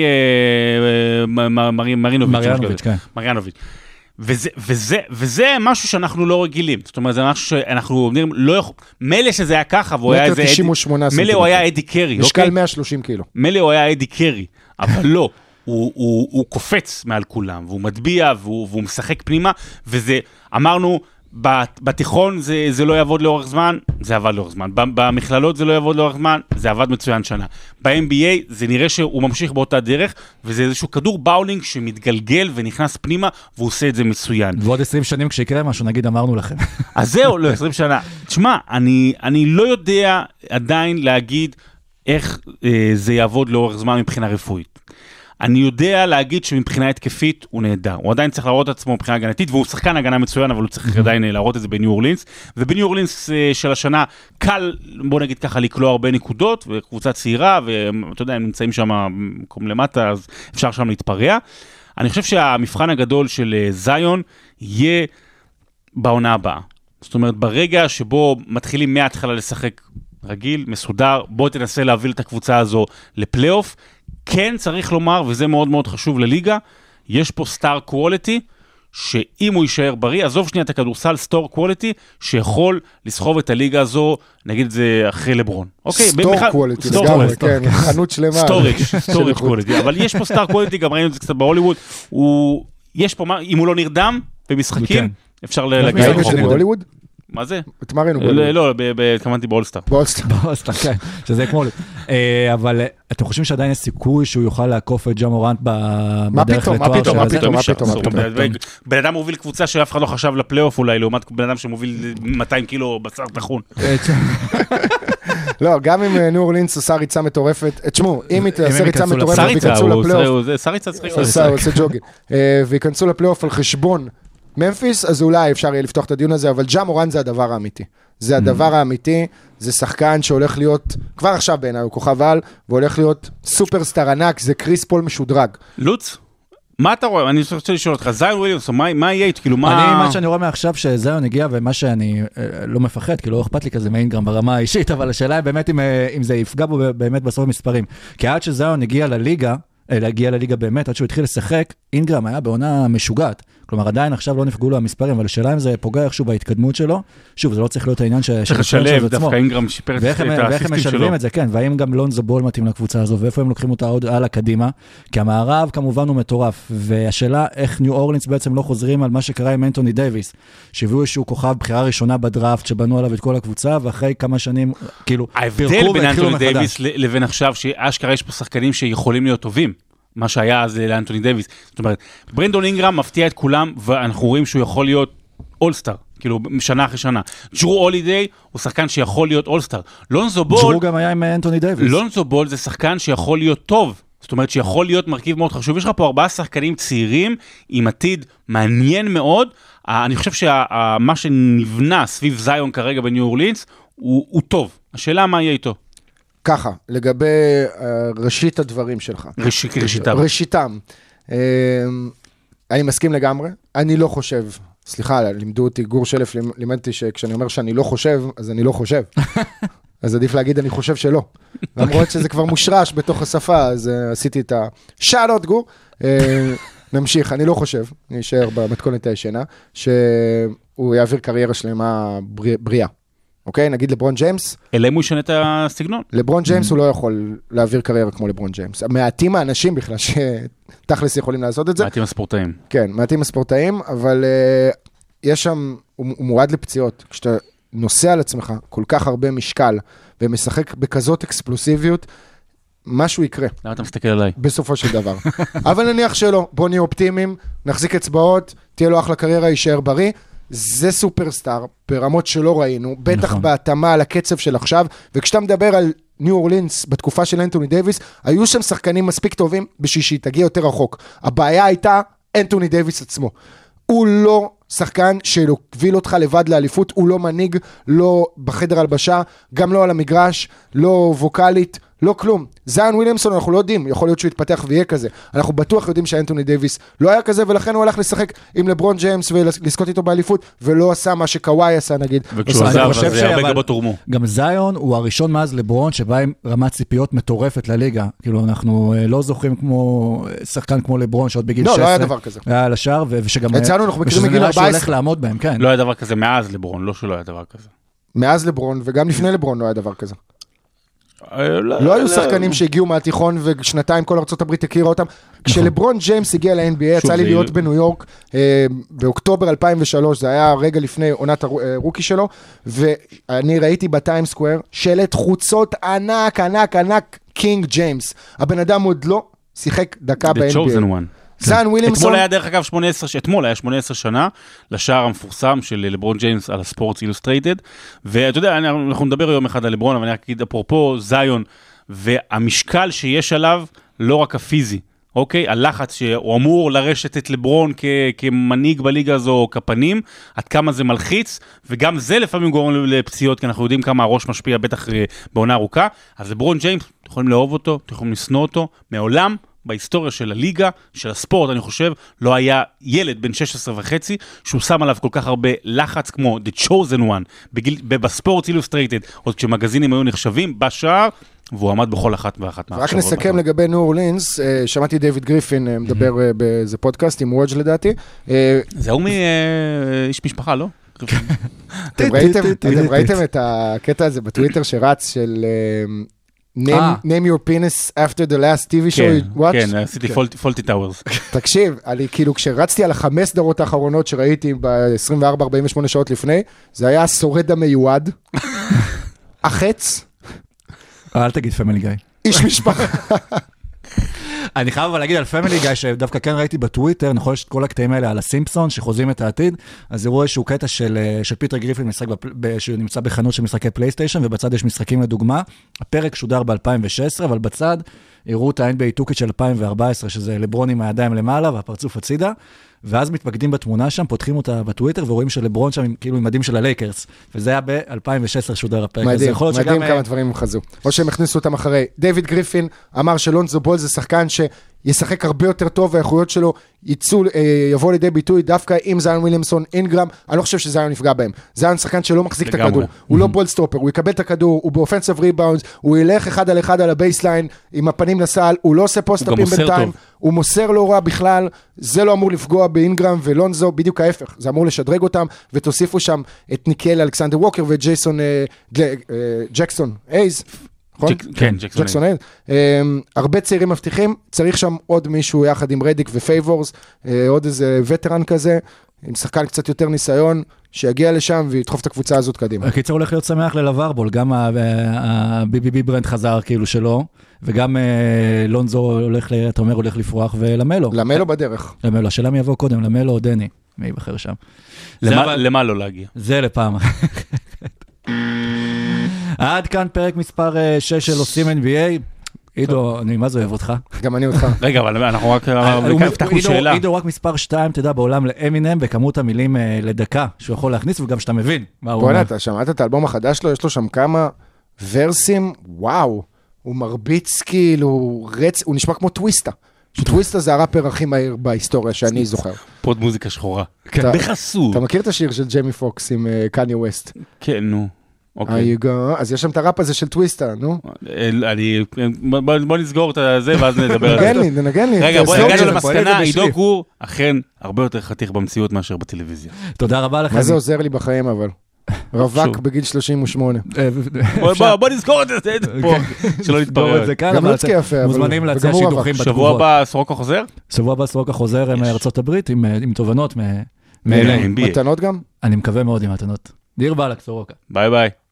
מרינוביץ'. מריאנוביץ', כן. מריאנוביץ'. וזה, וזה, וזה משהו שאנחנו לא רגילים. זאת אומרת, זה משהו שאנחנו אומרים, לא יכול... מלא שזה היה ככה, והוא היה איזה... מלא הוא היה אדי קרי. משקל מאה ושלושים קילו. מלא הוא היה אדי קרי, אבל לא. הוא, הוא, הוא קופץ מעל כולם, והוא מטביע, והוא, והוא משחק פנימה, וזה, אמרנו, בתיכון זה, זה לא יעבוד לאורך זמן, זה עבד לאורך זמן. במכללות זה לא יעבוד לאורך זמן, זה עבד מצוין שנה. ב-אן בי איי זה נראה שהוא ממשיך באותה דרך, וזה איזשהו כדור באולינג שמתגלגל ונכנס פנימה, והוא עושה את זה מצוין. ועוד עשרים שנים כשיקרה משהו, נגיד אמרנו לכם. אז זהו, לא, עשרים שנה. תשמע, אני, אני לא יודע עדיין להגיד איך אה, זה יעבוד לאורך זמן מבחינה רפואית. אני יודע להגיד שמבחינה התקפית הוא נהדר. הוא עדיין צריך להראות את עצמו מבחינה הגנתית, והוא שחקן הגנה מצוין, אבל הוא צריך עדיין להראות את זה בניו אורלינס. ובניו אורלינס של השנה קל, בוא נגיד ככה, לקלוע הרבה נקודות, וקבוצה צעירה, ואתה יודע, הם נמצאים שם מקום למטה, אז אפשר שם להתפרע. אני חושב שהמבחן הגדול של זיון יהיה בעונה הבאה. זאת אומרת, ברגע שבו מתחילים מההתחלה לשחק רגיל, מסודר, בוא תנסה להוביל את הקבוצה הזו לפלייאוף. כן צריך לומר, וזה מאוד מאוד חשוב לליגה, יש פה סטאר קואליטי, שאם הוא יישאר בריא, עזוב שנייה את הכדורסל, סטור קואליטי, שיכול לסחוב את הליגה הזו, נגיד זה אחרי לברון. סטור קואליטי, לגמרי, כן, חנות שלמה. סטורג', סטורג' קואליטי, אבל יש פה סטאר קואליטי, גם ראינו את זה קצת בהוליווד, יש פה, אם הוא לא נרדם במשחקים, אפשר להגיע רחוק. מה זה? את מה ראינו? לא, לא, התכוונתי באולסטאר. באולסטאר. באולסטאר, כן, שזה כמו... אה, אבל אה, אתם חושבים שעדיין יש סיכוי שהוא יוכל לעקוף את ג'ה מורנט ב- מה בדרך פתאום, מה לתואר פתאום, של מה הזה? פתאום, מה אפשר, פתאום, מה אסור. פתאום. בן אדם מוביל קבוצה שאף אחד לא חשב לפלייאוף אולי, לעומת בן אדם שמוביל מאתיים קילו בשר טחון. אה, לא, גם אם ניו אורלינס עושה ריצה מטורפת, תשמעו, אם היא תעשה הם ריצה ייכנסו מטורפת סריצה, וייכנסו הוא לפלייאוף, עושה- סריצה צריך הוא עושה- הוא עושה ג'וגינג, אה, וייכנסו לפלייאוף על חשבון ממפיס, אז אולי אפשר יהיה לפתוח את הדיון הזה, אבל ג'ה מורנט זה הדבר האמיתי. זה הדבר האמיתי, זה שחקן שהולך להיות, כבר עכשיו בעיניי הוא כוכב על, והולך להיות סופרסטאר ענק, זה קריס פול משודרג. לוץ, מה אתה רואה? אני רוצה לשאול אותך, זיון וויליאמס, מה מה יהיה? כאילו מה... אני, מה שאני רואה מעכשיו שזיון הגיע, ומה שאני אה, לא מפחד, כי לא אכפת לי כזה מאינגרם ברמה האישית, אבל השאלה היא באמת אם, אה, אם זה יפגע בו באמת בסוף מספרים. כי עד שזיון הגיע לליגה, אה, הגיע לליגה באמת, עד שהוא התחיל לשחק, אינגרם היה בעונה משוגעת. כלומר, עדיין עכשיו לא נפגעו לו המספרים, אבל השאלה אם זה פוגע איכשהו בהתקדמות שלו. שוב, זה לא צריך להיות העניין ש... צריך לשלב, דווקא אינגרם שיפר את ואיך הם, ואיך הם משלבים את זה, כן, והאם גם לונזו בול מתאים לקבוצה הזו, ואיפה הם לוקחים אותה עוד הלאה קדימה, כי המערב כמובן הוא מטורף, והשאלה איך ניו אורלינס בעצם לא חוזרים על מה שקרה עם אנטוני דייביס, שהביאו איזשהו כוכב בחירה ראשונה בדראפט, שבנו עליו את כל הקבוצה, ואחרי כמה שנים, כאילו, ההבדל בין אנטוני דייביס לבין עכשיו, שאשכרה יש פה שחקנים שיכולים להיות טובים, מה שהיה אז לאנטוני דייביס. זאת אומרת, ברנדון אינגרם מפתיע את כולם, ואנחנו רואים שהוא יכול להיות אולסטאר, כאילו שנה אחרי שנה. ג'רו הולידיי הוא שחקן שיכול להיות אולסטאר. לונזו בול... ג'רו גם היה עם אנטוני דייביס. לונזו בול זה שחקן שיכול להיות טוב. זאת אומרת שיכול להיות מרכיב מאוד חשוב. יש לך פה ארבעה שחקנים צעירים עם עתיד מעניין מאוד. אני חושב שמה שנבנה סביב זיון כרגע בניו אורלינס הוא, הוא טוב. השאלה מה יהיה איתו? ככה, לגבי uh, ראשית הדברים שלך. ראש, ראשיתם. ראשיתם. Uh, אני מסכים לגמרי. אני לא חושב, סליחה, לימדו אותי, גור שלף לימד אותי שכשאני אומר שאני לא חושב, אז אני לא חושב. אז עדיף להגיד אני חושב שלא. למרות שזה כבר מושרש בתוך השפה, אז uh, עשיתי את השאלות, גור. Uh, נמשיך, אני לא חושב, אני אשאר במתכונת הישנה, שהוא יעביר קריירה שלמה בריאה. אוקיי, נגיד לברון ג'יימס. אלא אם הוא ישנה את הסגנון. לברון ג'יימס הוא לא יכול להעביר קריירה כמו לברון ג'יימס. מעטים האנשים בכלל שתכלס יכולים לעשות את זה. מעטים הספורטאים. כן, מעטים הספורטאים, אבל uh, יש שם, הוא, הוא מועד לפציעות. כשאתה נוסע על עצמך כל כך הרבה משקל, ומשחק בכזאת אקספלוסיביות, משהו יקרה. למה אתה מסתכל עליי? בסופו של דבר. אבל נניח שלא, בוא נהיה אופטימיים, נחזיק אצבעות, תהיה לו אחלה קריירה, יישאר בריא. זה סופרסטאר, ברמות שלא ראינו, בטח נכון. בהתאמה על הקצב של עכשיו, וכשאתה מדבר על ניו אורלינס, בתקופה של אנטוני דייביס, היו שם שחקנים מספיק טובים, בשביל שהיא תגיע יותר רחוק. הבעיה הייתה אנטוני דייביס עצמו. הוא לא שחקן שהוביל אותך לבד לאליפות, הוא לא מנהיג, לא בחדר הלבשה, גם לא על המגרש, לא ווקלית, לא כלום. זיון וויליאמסון אנחנו לא יודעים, יכול להיות שהוא יתפתח ויהיה כזה. אנחנו בטוח יודעים שאנטוני דייביס לא היה כזה, ולכן הוא הלך לשחק עם לברון ג'יימס ולזכות איתו באליפות, ולא עשה מה שקוואי עשה נגיד. וכשהוא עזב, אז הרבה גבות תורמו. גם זיון הוא הראשון מאז לברון שבא עם רמת ציפיות מטורפת לליגה. כאילו אנחנו לא זוכרים כמו שחקן כמו לברון שעוד בגיל שש עשרה. לא, לא היה דבר כזה. היה על השאר, ושגם... אצלנו אנחנו מכירים מגיל ארבע עשרה. שהולך לעמוד בהם, כן. לא היה דבר כזה מאז לברון, לא שלא היה דבר כזה. מאז לברון, וגם לפני לברון לא היה דבר כזה. לא היו שחקנים שהגיעו מהתיכון ושנתיים כל ארצות הברית הכירה אותם. כשלברון ג'יימס הגיע ל-אן בי איי, יצא לי להיות בניו יורק באוקטובר אלפיים ושלוש, זה היה רגע לפני עונת הרוקי שלו, ואני ראיתי בטיים סקוואר שלט חוצות ענק, ענק, ענק, קינג ג'יימס. הבן אדם עוד לא שיחק דקה ב-אן בי איי. זיון וויליאמסון. אתמול היה דרך אגב שמונה עשרה, אתמול היה שמונה עשרה שנה לשער המפורסם של לברון ג'יימס על הספורטס אילוסטרייטד, ואתה יודע, אנחנו נדבר יום אחד על לברון, אבל אני אגיד אפרופו זיון, והמשקל שיש עליו, לא רק הפיזי, אוקיי? הלחץ שהוא אמור לרשת את לברון כ- כמנהיג בליגה הזו או כפנים, עד כמה זה מלחיץ, וגם זה לפעמים גורם לפציעות, כי אנחנו יודעים כמה הראש משפיע בטח בעונה ארוכה, אז לברון ג'יימס, אתם יכולים לאהוב אותו, אתם יכולים לשנוא אותו, מעולם, בהיסטוריה של הליגה, של הספורט, אני חושב, לא היה ילד בן שש עשרה וחצי, שהוא שם עליו כל כך הרבה לחץ כמו The Chosen One, בגיל, בספורט אילוסטרייטד, עוד כשמגזינים היו נחשבים, בשער, והוא עמד בכל אחת ואחת מהחשבות. רק נסכם לגבי ניו אורלינס, שמעתי דיוויד גריפין מדבר באיזה פודקאסט עם וודג' לדעתי. זה הוא מאיש משפחה, לא? אתם ראיתם את הקטע הזה בטוויטר שרץ של... name, name your penis after the last טי וי show כן, you watched. כן, עשיתי פולטי טאוורס. תקשיב, אני כאילו כשרצתי על החמש סדרות האחרונות שראיתי ב-עשרים וארבע ארבעים ושמונה שעות לפני, זה היה השורד המיועד, החץ, אל תגיד פמילי גיא. איש משפחה. אני חייב אבל להגיד על פמילי גיא, שדווקא כן ראיתי בטוויטר, נכון, יש את כל הקטעים האלה על הסימפסון, שחוזים את העתיד, אז הראו איזשהו קטע של, של פיטר גריפין, משחק בפ... שנמצא בחנות של משחקי פלייסטיישן, ובצד יש משחקים לדוגמה. הפרק שודר ב-אלפיים ושש עשרה, אבל בצד הראו את ה-אן בי איי טוקית של אלפיים וארבע עשרה, שזה לברון עם הידיים למעלה, והפרצוף הצידה, ואז מתמקדים בתמונה שם, פותחים אותה בטוויטר, ורואים שלברון שם כאילו עם מדים של הלייקרס, וזה היה ב-אלפיים ושש עשרה שודר הפרק. מדהים, מדהים כמה דברים הם חזו. או שהם הכניסו אותם אחרי. דיוויד גריפין אמר שלונזו בול זה שחקן שישחק הרבה יותר טוב, והאיכויות שלו ייצאו, יבוא לידי ביטוי דווקא עם זיון וויליאמסון, אינגרם. אני לא חושב שזיון נפגע בהם. זיון שחקן שלא מחזיק את הכדור. הוא לא בול סטופר, הוא יקבל את הכדור, הוא באופנסיב ריבאונדס, הוא ילך אחד על אחד על הבייסליין עם הפנים לסל, הוא לא עושה פוסט-אפים בינתיים, הוא מוסר לא רע בכלל, זה לא אמור לפגוע באינגרם ולונזו, בדיוק ההפך, זה אמור לשדרג אותם, ותוסיפו שם את ניקל אלכסנדר ווקר וג'ייסון ג'קסון אייז, נכון? כן, ג'קסון אייז. הרבה צעירים מבטיחים, צריך שם עוד מישהו יחד עם רדיק ופייבורס, עוד איזה וטרן כזה, עם שחקן קצת יותר ניסיון, שיגיע לשם וידחוף את הקבוצה הזאת קדימה. הקיצר הולך להיות שמח ללוורבול, גם ה-בי בי בי ברנד חזר כאילו שלו, וגם לונזו הולך, אתה אומר, הולך לפרוח, ולמלו. למלו בדרך. למלו, השאלה מי יבוא קודם, למלו או דני, מי יבחר שם. למה לא להגיע? זה לפעם. עד כאן פרק מספר שש של עושים אן בי איי. עידו, אני מה זה אוהב אותך? גם אני אותך. רגע, אבל אנחנו רק הבטחנו שאלה. עידו רק מספר שתיים, תדע, בעולם לאמינם, בכמות המילים לדקה שהוא יכול להכניס, וגם שאתה מבין מה הוא אומר. בוא'נה, אתה שמעת את האלבום החדש שלו? יש לו שם כמה ורסים, וואו, הוא מרביץ כאילו, הוא נשמע כמו טוויסטה. שטוויסטה זה הראפר הכי מהיר בהיסטוריה שאני זוכר. פוד מוזיקה שחורה. בחסות. אתה מכיר את השיר של ג'יימי פוקס עם קניה ווסט? כן, נו. אז יש שם את הראפ הזה של טוויסטה, נו. בוא נסגור את זה ואז נדבר על זה. נגן לי, נגן לי. רגע, בוא נגענו למסקנה, עידו גור אכן הרבה יותר חתיך במציאות מאשר בטלוויזיה. תודה רבה לכם. מה זה עוזר לי בחיים אבל? רווק בגיל שלושים ושמונה. בוא נזכור את זה פה, שלא נתפרר. גם לוצקי יפה, מוזמנים להציע שידוכים בתגובות. שבוע הבא סורוקה חוזר? שבוע הבא סורוקה חוזר מארצות הברית עם תובנות. מתנות גם? אני מקווה מאוד עם מתנות. דיר בלק, סורוקה. ביי ביי.